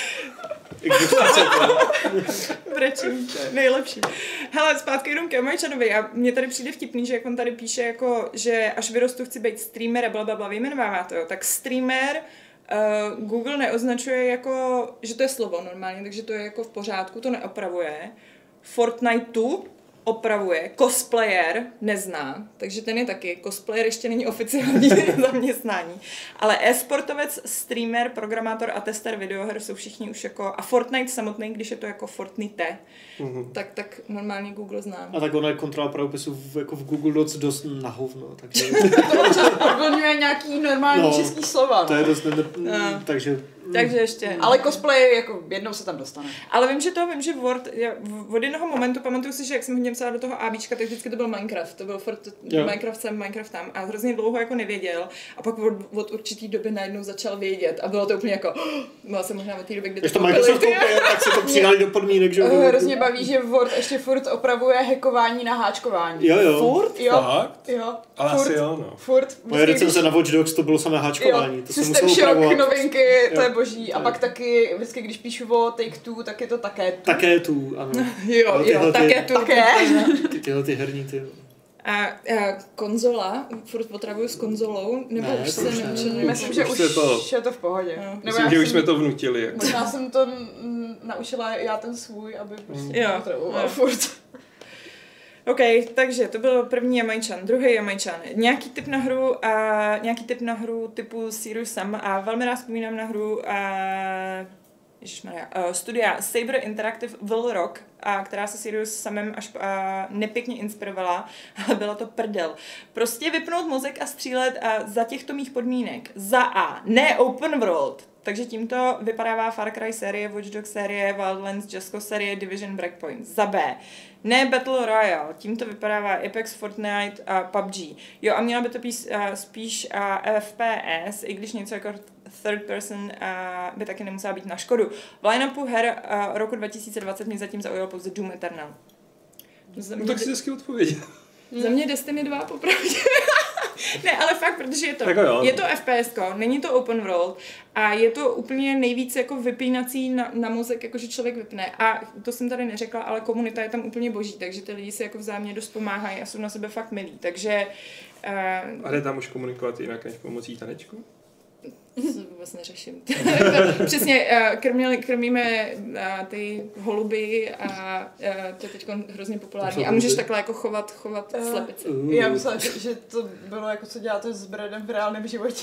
Brečím, to je nejlepší. Hele, zpátky jenom k Američanovi. A mně tady přijde vtipný, že jak on tady píše, jako, že až vyrostu chci být streamer a blablabla, vyjmenovává to, jo. Tak streamer Google neoznačuje jako, že to je slovo normálně, takže to je jako v pořádku, to neopravuje. Fortniteu opravuje, cosplayer nezná, takže ten je taky, cosplayer ještě není oficiální zaměstnání, ale e-sportovec, streamer, programátor a tester videoher jsou všichni už jako, a Fortnite samotný, když je to jako Fortnite, tak normálně Google znám. A tak ona je kontrola pravopisu jako v Google Docs dost na hovno, takže... To občas podvolňuje nějaký normální český slova, no. To je dost, takže... Takže ještě. Ale cosplay jako jednou se tam dostane. Ale vím, že Word, od jednoho momentu, pamatuju si, že jak jsem hodně psala do toho ABčka, tak vždycky to byl Minecraft, to byl furt Minecraft sem, Minecraft tam a hrozně dlouho jako nevěděl a pak od určitý doby najednou začal vědět a bylo to úplně jako, byla jsem možná od té doby, kdy to Microsoft koupil, tak se to přidali do podmínek, že jo? Hrozně baví, že Word ještě furt opravuje hackování na háčkování. Jo. Furt? Jo. Fakt? Jo. Ale furt, asi jo, no. Furt. Moje recenze na Watch Dogs to bylo samé háčkování, to se muselo opravovat. Novinky, to je boží. A pak taky, vždycky, když píšu o Take-Two, tak je to také tu. Také tu, ano. Jo, také tu. Tyhle ty herní, ty. A konzola, furt potravuju s konzolou, nebo ne, už se neučili? Myslím, že už je to v pohodě. No. Myslím, že už jsme to vnutili. Jako. Možná jsem to naučila já ten svůj, aby prostě potravoval furt. OK, takže to byl první Jamajčan, druhý Jamajčan. Nějaký typ na hru typu Serious Sam a velmi rád vzpomínám na hru studia Saber Interactive Will Rock, která se Serious Samem až nepěkně inspirovala, ale byla to prdel. Prostě vypnout mozek a střílet za těchto mých podmínek. Za A, ne open world. Takže tímto vypadává Far Cry série, Watch Dogs série, Wildlands, Just Cause série, Division Breakpoint. Za B. Ne Battle Royale, tímto vypadává Apex, Fortnite a PUBG. Jo, a měla by to být spíš FPS, i když něco jako third person by taky nemusela být na škodu. V line-upu her roku 2020 mě zatím zaujal pouze Doom Eternal. No tak si hezky odpověděl. Za mě Destiny 2 popravdě. Ne, ale fakt, protože je to FPSko, není to open world a je to úplně nejvíc jako vypínací na mozek, jakože člověk vypne. A to jsem tady neřekla, ale komunita je tam úplně boží, takže ty lidi si jako vzájemně dost pomáhají a jsou na sebe fakt milí, takže... A jde tam už komunikovat jinak než pomocí tanečku? Vůbec neřeším. Přesně, krmíme ty holuby a to je teď hrozně populární. A můžeš takhle jako chovat slepici. Já myslela, že to bylo jako co děláte s Bradem v reálném životě.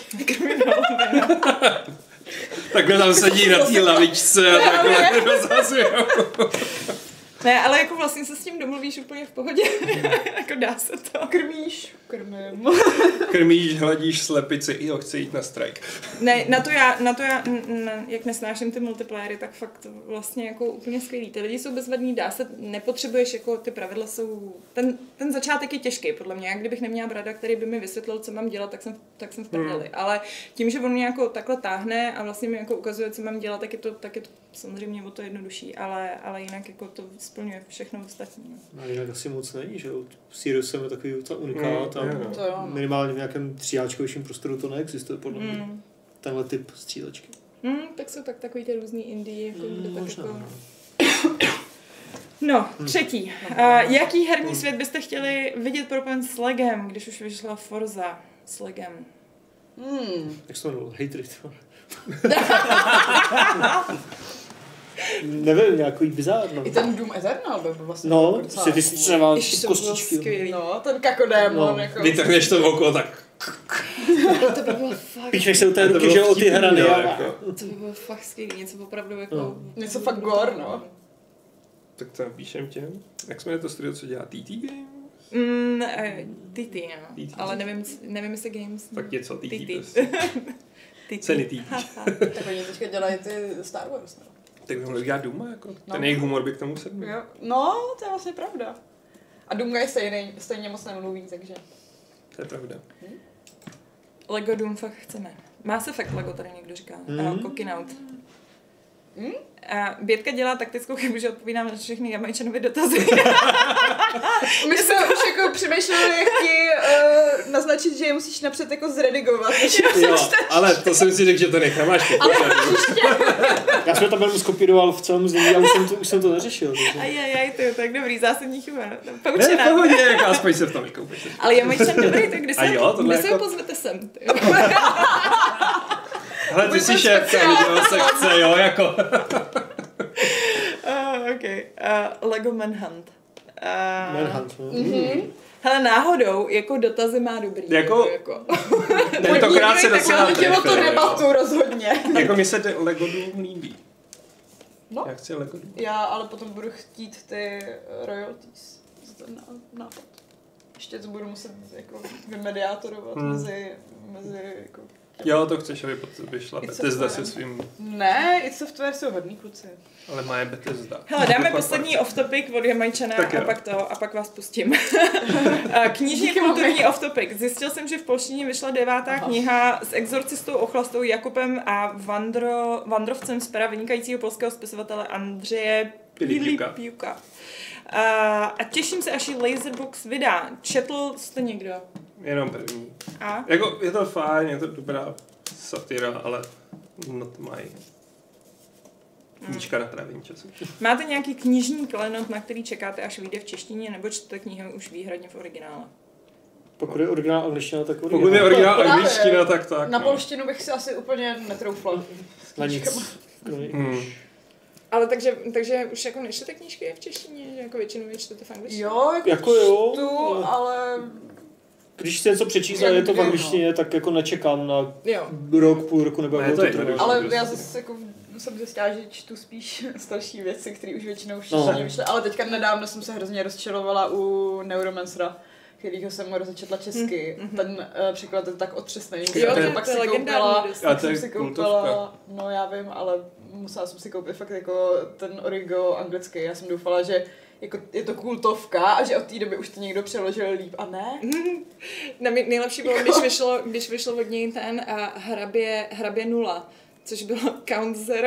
Takhle tam sedí na té lavičce a takhle rozhazuje. Ne, ale jako vlastně se s tím domluvíš úplně v pohodě. Jako dá se to. Krmím. Hladíš slepici, jo, chci jít na strike. Ne, na to já, jak nesnáším ty multiplayery, tak fakt vlastně jako úplně skvělý. Ty lidi jsou bezvadní, dá se, nepotřebuješ, jako ty pravidla jsou, ten začátek je těžký, podle mě. Jak kdybych neměla Brada, který by mi vysvětlil, co mám dělat, tak jsem v prdeli. Ale tím, že on mě jako takhle táhne a vlastně mi jako ukazuje, co mám dělat, tak je to samozřejmě o to jednodušší, ale jinak jako to splňuje všechno ostatní. No, jinak asi moc není, že jo? Sirius je takový unikát a minimálně v nějakém tříáčkovějším prostoru to neexistuje, podle mě. Tenhle typ střílečky. Tak jsou takový ty různý indie, jako možná. Jako... No, třetí. Jaký herní svět byste chtěli vidět propojen s Legem, když už vyšla Forza s Legem? Jak se to jmenovalo? Hatred. Nevím, nějaký bizár, no. I ten Doom Eternal byl vlastně. No, si vystřeváš kostičky. No, ten kakodémon, jako. Vytrhneš to oko, tak... To by bylo fakt... Píčneš se u té ruky, že o ty hrany. To by bylo fakt skvělý, něco opravdu jako... No. Něco fakt gore, no. Tak to napíšem těm. Jak jsme to studio, co dělá TT Games? TT, no. Ale nevím, jestli Games. Tak něco TT prostě. Ceny TT. Tak oni teďka dělají ty Star Wars, no. Tak by mohli udělat Dooma, jako. Ten jejich humor by k tomu sedl. No, to je vlastně pravda. A Doom je stejně moc nemluví, takže... To je pravda. Lego Doom fakt chceme. Mass Effect Lego tady někdo říká. Cooking Out. A Bětka dělá taktickou chybu, že odpovídám na všechny Jamajčanovi dotazy. My jsme už jako přemýšleli, jak ti naznačit, že je musíš napřed jako zredigovat. Jo, ale to jsem si řekl, že to nechám až Já jsem to tam skopíroval v celém znění a už jsem to neřešil. Takže... Ajajaj, to je tak dobrý, zásadní chyba. Ne, v pohodě, jako aspoň se v tom vykoupíš. Ale Jamajčan dobrý, tak kdy se jako... ho pozvete sem? Hele, ty jsi šéfka videosekce, jo, jako... Okay. Lego Manhunt. Manhunt, Hele, náhodou, jako dotazy má dobrý. Jako... Tentokrát se docela trefil, to debatu rozhodně. Jako mi se Lego Doom líbí. No. Já chci Lego Doom. Já ale potom budu chtít ty royalties za ten nápad. Ještě to budu muset jako vymediátorovat mezi jako... Jo, to chceš, aby vyšla Bethesda se svým... Ne, id Software jsou hodný kluci. Ale má je Bethesda. Hele, dáme poslední off-topic od Jamajčana a pak vás pustím. Knižní kulturní off-topic. Zjistil jsem, že v polštině vyšla 9. kniha s exorcistou, ochlastou Jakubem a Vandrovcem z pera vynikajícího polského spisovatele Andřeje Pilipiuka. A těším se, až ji Laserbooks vydá. Četl jste někdo? Jenom první. A? Jako, je to fajn, je to dobrá satira, ale not my. Knížka na trávení času. Máte nějaký knižní klenot, na který čekáte, až vyjde v češtině, nebo čtete knihy už výhradně v originále? Pokud je originál angličtina, tak originál. Pokud je originál angličtina, tak. Na polštinu bych si asi úplně netroufla. Na nic. Ale takže už jako nečtete knížky v češtině, že jako většinou je čtete v angličtině? Jo, jako jo, čtu, ale... Když si něco přečíst a je to v angličtině, tak jako nečekám na rok, půl roku nebo jak to trvá. Ale já zase jako jsem zjistila, že čtu spíš starší věci, které už většinou všichni vyšly. Ale teďka nedávno jsem se hrozně rozčilovala u Neuromancera, kterýho jsem rozečetla česky. Ten překlad je tak otřesný, že jo, pak si koupila, no já vím, ale musela jsem si koupit fakt jako ten origo anglický. Já jsem doufala, že jako je to kultovka a že od té doby už to někdo přeložil líp a ne. Nejlepší bylo, když vyšlo od něj ten Hrabě 0, což bylo Count Zero.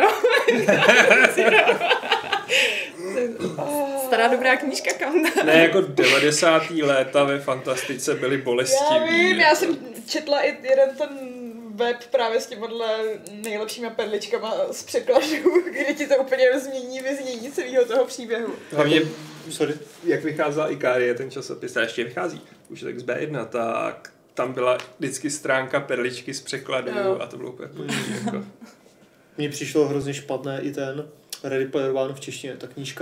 Stará dobrá knížka Count. Ne, jako 90. léta ve fantastice byly bolestivý. Já vím, já jsem četla i jeden ten web právě s těmhle nejlepšíma perličkama z překladů, kde ti to úplně změní vyznění celého toho příběhu. Hlavně, jak vycházela Ikarie, ten časopis, a ještě vychází, už tak z B1, tak tam byla vždycky stránka perličky z překladu a to bylo úplně jako... Mně přišlo hrozně špatné i ten Ready Player One v češtině, ta knížka.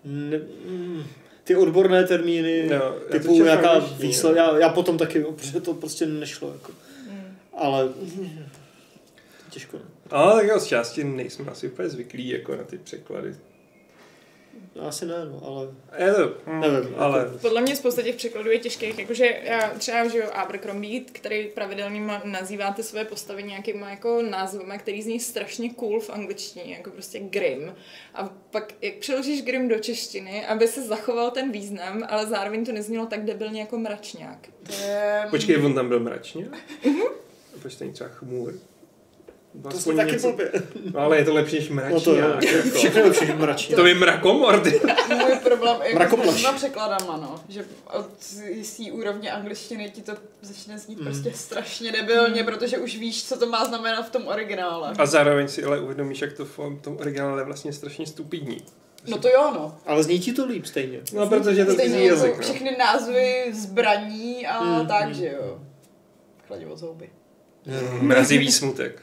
Ty odborné termíny, typu nějaká výsled, já potom taky, protože to prostě nešlo. Jako. Ale těžko. Ale tak z části nejsme asi úplně zvyklí jako na ty překlady. Asi ne, no, ale... nevím, ale... Podle mě spousta těch překladů je těžkých, jakože já třeba žiju Abercrombie, který pravidelně nazýváte své postavy nějakýma jako názvama, který zní strašně cool v angličtině, jako prostě Grimm. A pak, jak přeložíš Grimm do češtiny, aby se zachoval ten význam, ale zároveň to neznělo tak debilně jako mračňák. Počkej, on tam byl mračně? Proč to není třeba chmůr? To jsme taky blbě. No, ale je to lepší než mračňák. No to jo, všechno lepší než mračňák. To je mrakomor, ty. Můj problém je s těma překladama, no. Že od jistý úrovně angličtiny ti to začne znít prostě strašně debilně, protože už víš, co to má znamenat v tom originále. A zároveň si ale uvědomíš, jak to v tom originále je vlastně strašně stupidní. No to jo, no. Ale zní ti to líp stejně. No, protože to stejně cizí jazyk, jako všechny názvy zbraní a tak, že jo. Kladivo z houby. Mrazivý smutek.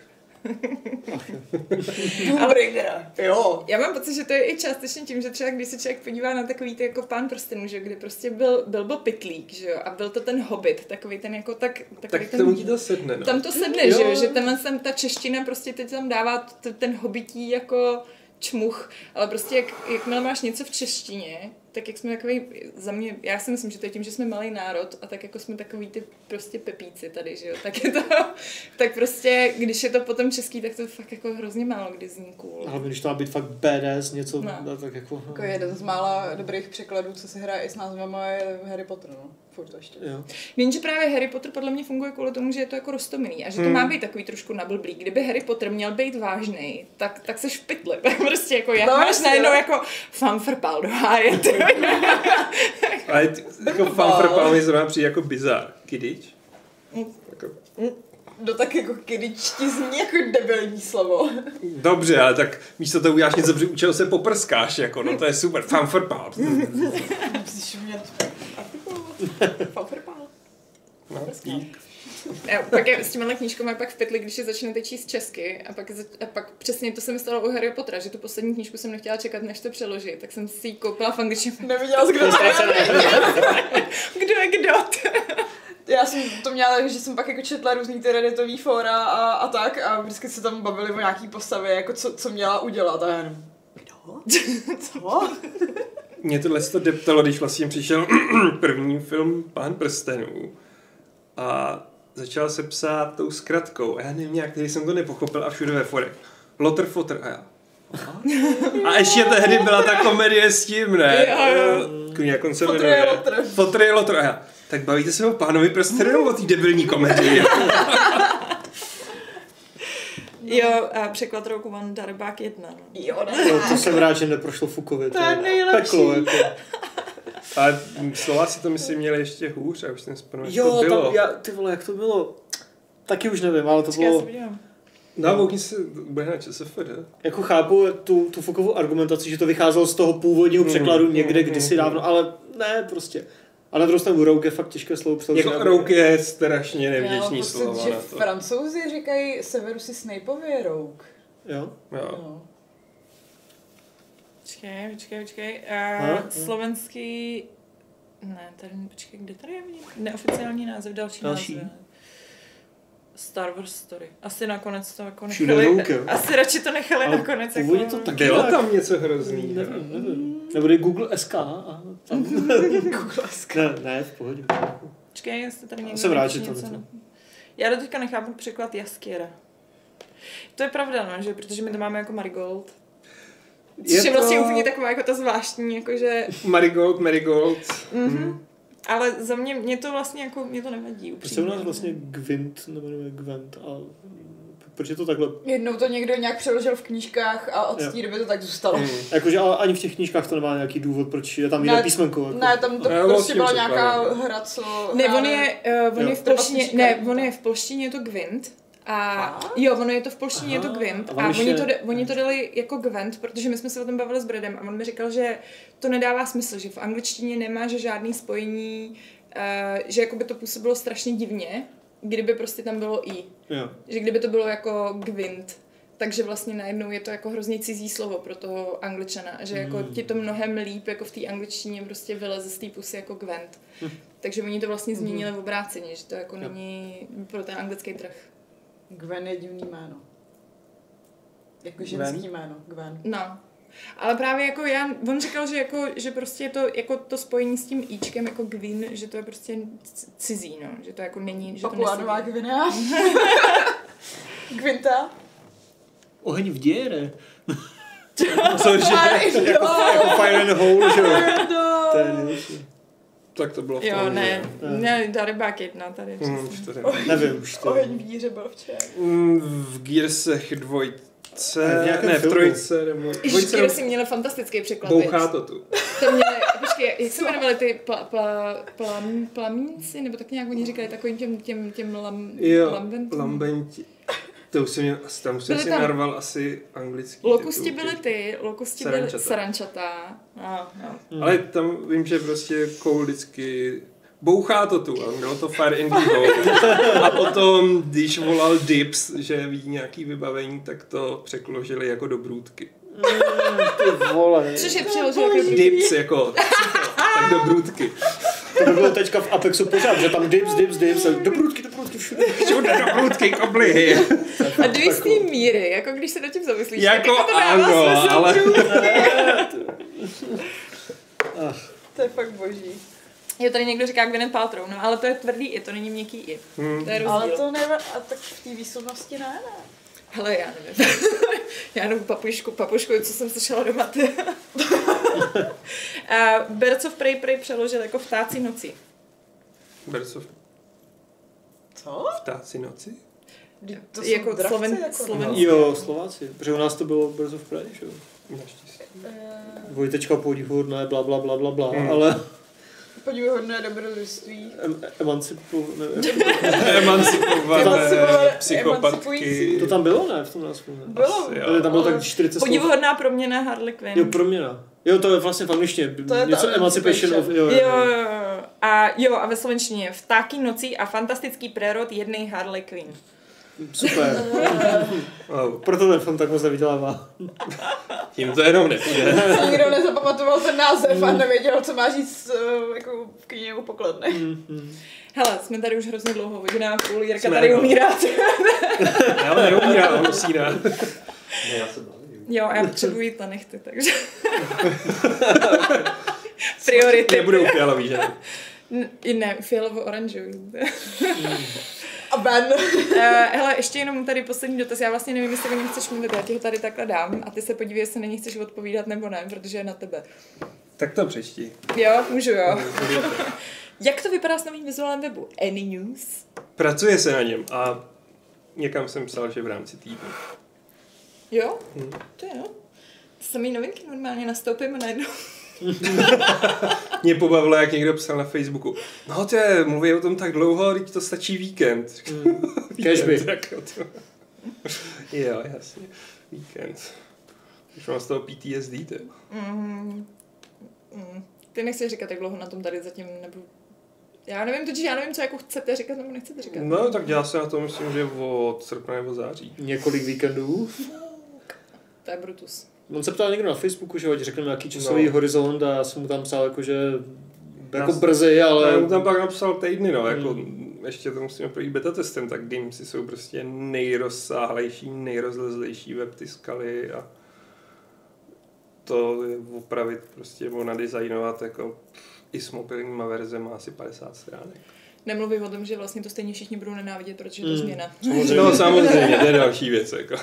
Jo. Já mám pocit, že to je i částečně tím, že třeba když se člověk podívá na takový ty jako Pán prstenů, že kdy prostě byl Pytlík, že jo, a byl to ten Hobbit, takový ten jako tak ten, tomu ti to sedne, no. Tam to sedne, že jo, že ta čeština prostě teď tam dává ten hobití jako čmuch, ale prostě jakmile máš něco v češtině, tak jak jsme takový, za mě, já si myslím, že to je tím, že jsme malý národ a tak jako jsme takový ty prostě pepíci tady, že jo, tak je to, tak prostě, když je to potom český, tak to fakt jako hrozně málo kdy zní cool. Ale když to má být fakt badass něco, tak jako... Jako jeden z mála dobrých překladů, co se hraje i s názvama, je Harry Potter, no. Furt to ještě. Jo. Jenže právě Harry Potter podle mě funguje kvůli tomu, že je to jako roztomilý a že to má být takový trošku nablblý. Kdyby Harry Potter měl být vážnej, tak seš v pytli. Prostě jako jak máš najednou jako fanfrpál do háje. Ale jako fanfrpál mi zrovna přijde jako bizar. Kidič? No tak jako kidič ti zní jako debilní slovo. Dobře, ale tak místo toho uděláš něco, protože učil se poprskáš, jako, no to je super. Fanfrpál. Musíš umět fanfrpál. No, pak je s těmihle knížkami pak v pytli, když je začnete číst česky a pak přesně to se mi stalo u Harry Pottera, že tu poslední knížku jsem nechtěla čekat, než to přeloží, tak jsem si ji koupila v angličtině. Neviděla jsi, kdo to Kdo je kdo? Já jsem to měla, že jsem pak jako četla různý ty redditový fóra a tak a vždycky se tam bavili o nějaký postavě, jako co měla udělat a jenom kdo? Co? Mě tohle se to deptalo, když vlastně přišel první film Pán prstenů a začal se psát tou zkratkou a já nevím nějak, když jsem to nepochopil a všude ve forech. Lotr, fotr a já. Aha. A ještě tehdy byla ta komedie s tím, ne? Jak on se jmenuje? Fotr je lotr a já. Tak bavíte se o Pánovi prstenů nebo o té debilní komedii? Jo, a překlad roku Van Darbák 1. No. Jo, to jsem rád, že neprošlo Fukovi. To je nejlepší. Peklo, jako. Ale Slováci to myslím měli ještě hůř, a už jsem vzpomněl, jo, to bylo. ty vole, jak to bylo? Taky už nevím, ale to bylo... No, voukni se, bude na ČSFD. Jako chápu tu Fukovou argumentaci, že to vycházelo z toho původního překladu někde kdysi dávno, ale ne, prostě. A na druhou stranu Rogue je fakt těžké slovo přeložit. Jako Rogue je strašně nevděčný slovo že na to. Francouzi říkají Severusi Snapeovi je Rogue. Jo? Jo. Počkej. Slovenský... Ne, tady, počkej, kde tady je neoficiální název, další název. Star Wars Story. Asi nakonec to jako nechali. Asi radši to nechali ale nakonec. Původně jako... to taky bylo tam něco hrozný. Nevím. Nebude Google SK a tam... Google SK. Ne, v pohodě. Počkej, jestli tady někdo... Jsem rád, že to Já do teďka nechápu překlad Jaskiera. To je pravda, no, že protože my to máme jako Marigold. Což je vlastně úplně taková jako ta zvláštní, jakože... Marigold. Ale za mě to vlastně jako, mě to nevadí upřímně. Proč se u nás vlastně Gwent nemenuje Gwent a proč je to takhle? Jednou to někdo nějak přeložil v knížkách a od té doby to tak zůstalo. Jakože ani v těch knížkách to nemá nějaký důvod, proč je tam jiné písmenko. Jako. Ne, tam to prostě byla nějaká hra, co... Ne, on je v polštině, on je v polštině, je to Gwent. A jo, ono je to v polštině, je to Gwent a oni to dali jako Gwent, protože my jsme se o tom bavili s Bradem a on mi říkal, že to nedává smysl, že v angličtině nemáš žádný spojení, že jako by to působilo strašně divně, kdyby prostě tam bylo i. Jo. Že kdyby to bylo jako Gwent, takže vlastně najednou je to jako hrozně cizí slovo pro toho Angličana, že jako ti to mnohem líp jako v té angličtině prostě vyleze z té pusy jako Gwent. Takže oni to vlastně změnili v obráceně, že to jako není pro ten anglický trh. Gwen je divný jméno. Jako ženský jméno, Gwen. No. Ale právě jako on říkal, že prostě je to jako to spojení s tím íčkem jako Gwyn, že to je prostě cizí, no. Že to jako není, že to Papua Nová Gvinea. Gwynta. Oheň v děre. Cože? jako Fire in the Hole, že jo? To je nejlepší. Tak to bylo v tom. Jo, ne, Darbák 1 tady. Nevím už to. Oheň v díře byl včera. V Gearsech 2. Ne, v 3. nebo... Gears si měli fantastický překlad. Bouchá to tu. To měli, počkej, jak se jmenovali ty plamínci, nebo tak nějak oni říkali takovým těm lambentům? Lambenti. To už jsem si narval asi anglický. Lokusti byly sarančata. No. Ale tam vím, že prostě Cole vždycky bouchá to tu, a bylo to Fire in the Hole. A potom, když volal Dips, že ví nějaký vybavení, tak to překložili jako Dobrůdky. Ty vole. Což je přeložil jako Dobrůdky? Dips jako, tak Dobrůdky. To by bylo teďka v Apexu pořád, že tam dips, Dobrůdky všude. Všude Dobrůdky, koblihy. A do jistý míry, jako když se do tím zamyslíš, jako tak jako to ano, dává smysl. ale... To je fakt boží. Jo, tady někdo říká Gwyneth Paltrow, no ale to je tvrdý i, to není měkký i. To je rozdíl. Ale to nevím, a tak v té výslovnosti ne. Hele, já nevím. Já jenom papušku, co jsem slyšela doma. Birds of Prey přeložil jako vtáci noci. Birds of... Co? Vtáci noci? To jako dravci, Slovenci. Jo, Slováci. Protože u nás to bylo Birds of Prey, že jo? Naštěstí. Vojtečka podivuhodné, bla bla bla bla bla, ale... Podivuhodné dobrodružství. Emancipované psychopatky. To tam bylo, ne? V tom názvu, ne? Bylo. Tam bylo tak 40 slov. Podivuhodná proměna Harley Quinn. Jo, proměna. Jo, to je vlastně v angličtině. To je něco ta Emancipation of... A ve slovenštině Vtáky nocí a fantastický prerod jednej Harley Quinn. Super. Wow. Proto ten film tak moc nevydělává. Tím to jenom nepůjde. Nikdo nezapamatoval ten název a nevěděl, co má říct jako v kyně u pokladny. Hele, jsme tady už hrozně dlouho, hodina a půl, Jirka tady umírá. Ale neumírá, on usíná. Ne, já se bavím. Jo, a já potřebuji jít na nechty, takže... Priority. Nebudou fialový, že? Ne, fialovo-oranžový. A Ben. Hele, ještě jenom tady poslední dotaz. Já vlastně nevím, jestli o něm chceš mluvit, já ti ho tady takhle dám a ty se podívej, jestli na něj chceš odpovídat nebo ne, protože je na tebe. Tak to přečti. Jo, můžu, jo. Jak to vypadá s novým vizuálem webu? Any news? Pracuje se na něm a někam jsem psal, že v rámci týdnu. Jo? To jo. Samý novinky normálně nastoupím a najednou. Mě pobavilo, jak někdo psal na Facebooku. No to je, mluví o tom tak dlouho, teď to stačí víkend. Cashby. Jo, jasně. Víkend. Už mám z toho PTSD, to. Ty nechceš říkat, jak dlouho na tom tady zatím nebudu. Já nevím, co jako chcete říkat nebo nechcete říkat. No, tak dělá se na to, myslím, že od srpna nebo září. Několik víkendů. To je Brutus. On se ptal někdo na Facebooku, že ať řekneme nějaký časový horizont a já jsem mu tam psal jako, že jako brzy, ale... Já mu tam pak napsal týdny, no, jako ještě to musíme projít beta testem, tak Gamesy jsou prostě nejrozsáhlejší, nejrozlezlejší web ty skaly a to je opravit prostě nebo nadizajnovat jako i s mobilníma verzema asi 50 stránek. Nemluvím o tom, že vlastně to stejně všichni budou nenávidět, protože je to změna. No samozřejmě, to je další věc, jako.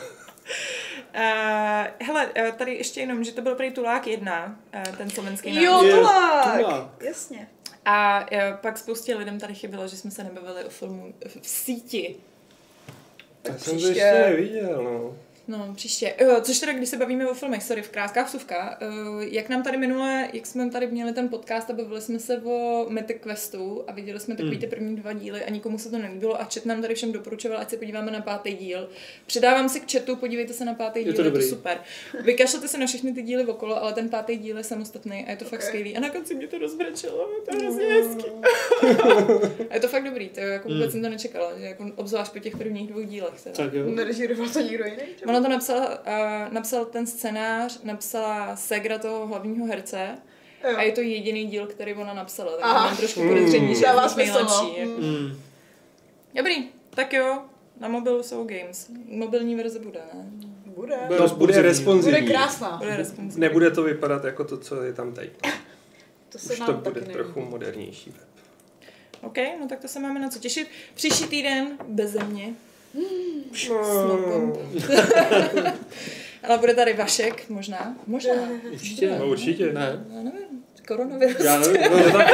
Hele, tady ještě jenom, že to byl prý Tulák 1, ten slovenský název. Jo, Tulák! Jasně. A pak spoustě lidem tady chybělo, že jsme se nebavili o filmu v síti. Tak jsem to ještě neviděl, no. No, příště. Což teda, když se bavíme o filmech, sorry, krátká vsuvka, jak nám tady minule, jak jsme tady měli ten podcast a bavili jsme se o Mythic Questu a viděli jsme takový ty první 2 díly a nikomu se to nelíbilo a chat nám tady všem doporučoval, ať se podíváme na 5. díl. Přidávám si k chatu, podívejte se na 5. díl, je to super. Vykašlete se na všechny ty díly okolo, ale ten 5. díl je samostatný a je to fakt skvělý. A na konci mě to rozbrečelo, to je hrozně hezký. A je to fakt dobrý, to jako vůbec jsem to nečekala, že jako obzvlášť po těch prvních 2 dílech. Tak jo. Nerežíroval to nikdo jiný? Ono to napsal ten scénář, napsala ségra toho hlavního herce a je to jediný díl, který ona napsala, takže mám trošku podezření, že je nejlepší. Dobrý, tak jo, na mobilu jsou games. Mobilní verze bude, ne? Bude responsivní. Bude krásná. Bude responsivní. Nebude to vypadat jako to, co je tam teď. To se už nám to taky bude neví. trochu modernější web. OK, no tak to se máme na co těšit. Příští týden beze mě. Snopem. Ale bude tady Vašek, možná. Určitě. No, určitě. Ne. Já nevím. Koronavirus. Já nevím.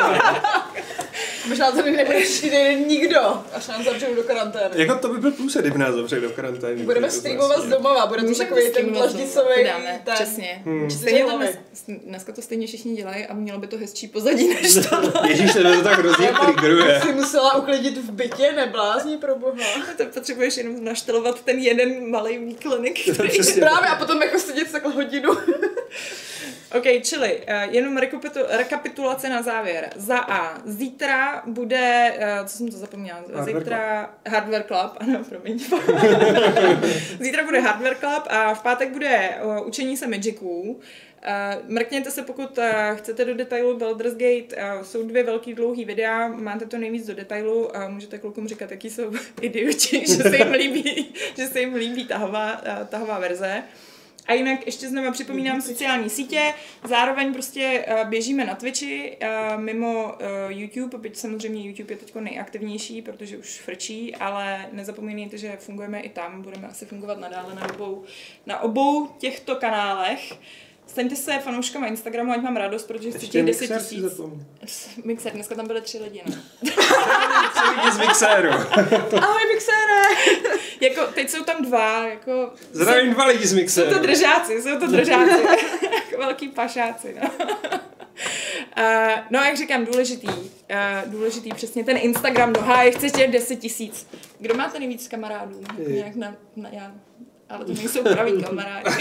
Možná tady nebude nikdo, až nám zavřou do karantény. Jako to by byl plus, kdyby nás zavřeli do karantény. Budeme streamovat z domova, bude to takový ten dlaždicový. Dáme, přesně. Stejně to dneska to stejně všichni dělají a mělo by to hezčí pozadí než to. Ježíš, to tak hrozně triggeruje. Jsi musela uklidit v bytě, neblázni pro boha. To potřebuješ jenom naštelovat ten jeden malý výklenek. Právě a potom jako sedět takhle hodinu. OK, čili jenom rekapitulace na závěr. Za A. Zítra bude, co jsem to zapomněla? Zítra Hardware Club, ano, promiň. Zítra bude Hardware Club a v pátek bude učení se Magiců. Mrkněte se, pokud chcete do detailu Baldur's Gate. Jsou 2 velký dlouhý videa, máte to nejvíc do detailu a můžete klukům říkat, jaký jsou idioti, že se jim líbí tahová verze. A jinak ještě znovu připomínám sociální sítě, zároveň prostě běžíme na Twitchi, mimo YouTube, byť samozřejmě YouTube je teď nejaktivnější, protože už frčí, ale nezapomeňte, že fungujeme i tam, budeme asi fungovat nadále na obou těchto kanálech. Staňte se fanouškama Instagramu, ať mám radost, protože chci těch 10 000. Mixer, dneska tam byly 3 lidi, no. 3 lidi z Mixéru. Ahoj, Mixére! Jako, teď jsou tam 2, jako... Zdravím 2 lidi z Mixéru. Jsou to držáci. Jako velký pašáci, no. No, jak říkám, důležitý přesně ten Instagram, chci těch 10 000. Kdo máte nejvíc kamarádů? Nějak já. Ale to nejsou praví kamarádi.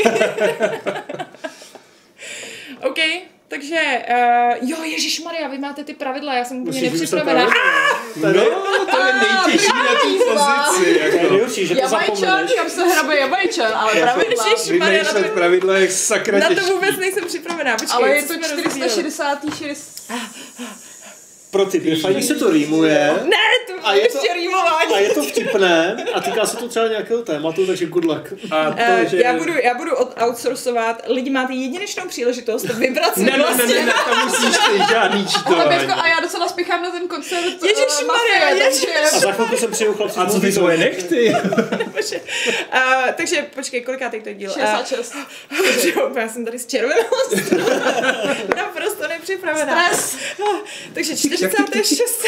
OK, takže, ježišmarja, vy máte ty pravidla, já jsem úplně nepřipravená. No, to je nejtěžší na té pozici. Jabajčan, kam se hrabe jabajčan, ale pravidla. Vymýšlet pravidla jak sakra těžký. Na to vůbec nejsem připravená, počkej. Ale je to 466. Pro ty fajn se to rýmuje. Ne, to je ještě rýmování. A je to vtipné a týká se to třeba nějakého tématu, takže good luck. Já budu outsourcovat, lidi máte jedinečnou příležitost vybrat si Ne, to musíš ty, žádný čítování. A já docela spěchám na ten koncert Ježišmarja, A za chvilku jsem přijel chlapci. A co ty svoje nechty? Takže počkej, kolikátej to je díl? 66. Já jsem tady zčervenou. Naprosto nepřipravená. Stres. Takže 46.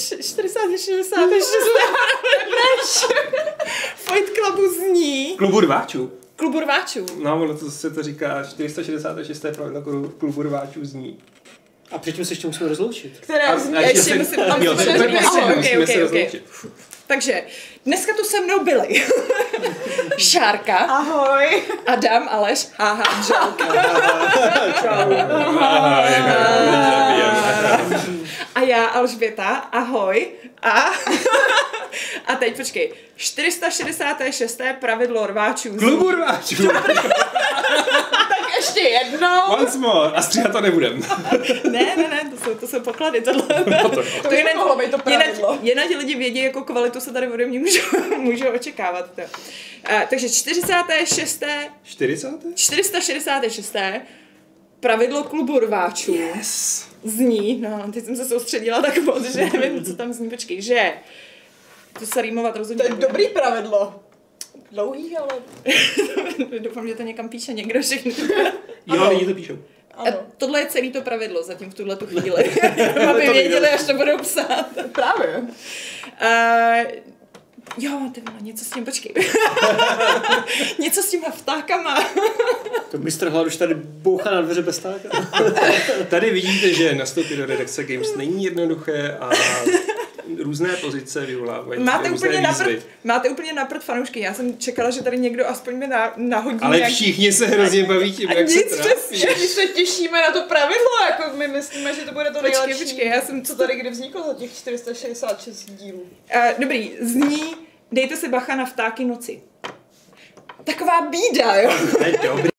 Fight Clubu zní... Klubu rváčů. Klubu rváčů. No, ono to se to říká 466. pravidlo klubu rváčů zní. A předtím se ještě musíme rozloučit. Které zní? Ještě musím musíme se rozloučit. Takže dneska tu se mnou byli Šárka. Ahoj. Adam, Aleš, joke. A já, Alžběta, ahoj. A teď počkej, 466. pravidlo rváčů. Klubu rváčů. Tak ještě jednou. Once more. A stříhat to nebudem. Ne, to jsou poklady, tohle. To by mohlo být to pravidlo. Jinak lidi vědí, jakou kvalitu se tady ode mě můžou očekávat. Takže 46. 466. pravidlo klubu rváčů. Yes. Zní, no, teď jsem se soustředila tak moc, že nevím, co tam zní, počkej, že to se rýmovat rozhodně. To je dobrý pravidlo. Dlouhý, ale... Doufám, že to někam píše někdo všechny. Jo, lidi to píšou. Tohle je celý to pravidlo zatím v tuhletu chvíli. Aby věděli, až to budou psát. Právě. Jo, ty vole, něco s tím, počkej. Něco s těma vtákama. To mistr Hlad už tady bouchá na dveře bez vtáka. Tady vidíte, že nastoupit do redakce Games není jednoduché a různé pozice vyvolávají různé výzvy. Máte úplně na prd fanoušky. Já jsem čekala, že tady někdo aspoň mi nahodí. Ale všichni se hrozně baví tím, jak se trápí. My se těšíme na to pravidlo, jako my myslíme, že to bude to nejlepší. Počkej, já jsem... Co tady kdy vzniklo za těch 466 dílů? Dobrý, zní, dejte si bacha na vtáky noci. Taková bída, jo. To je dobrý,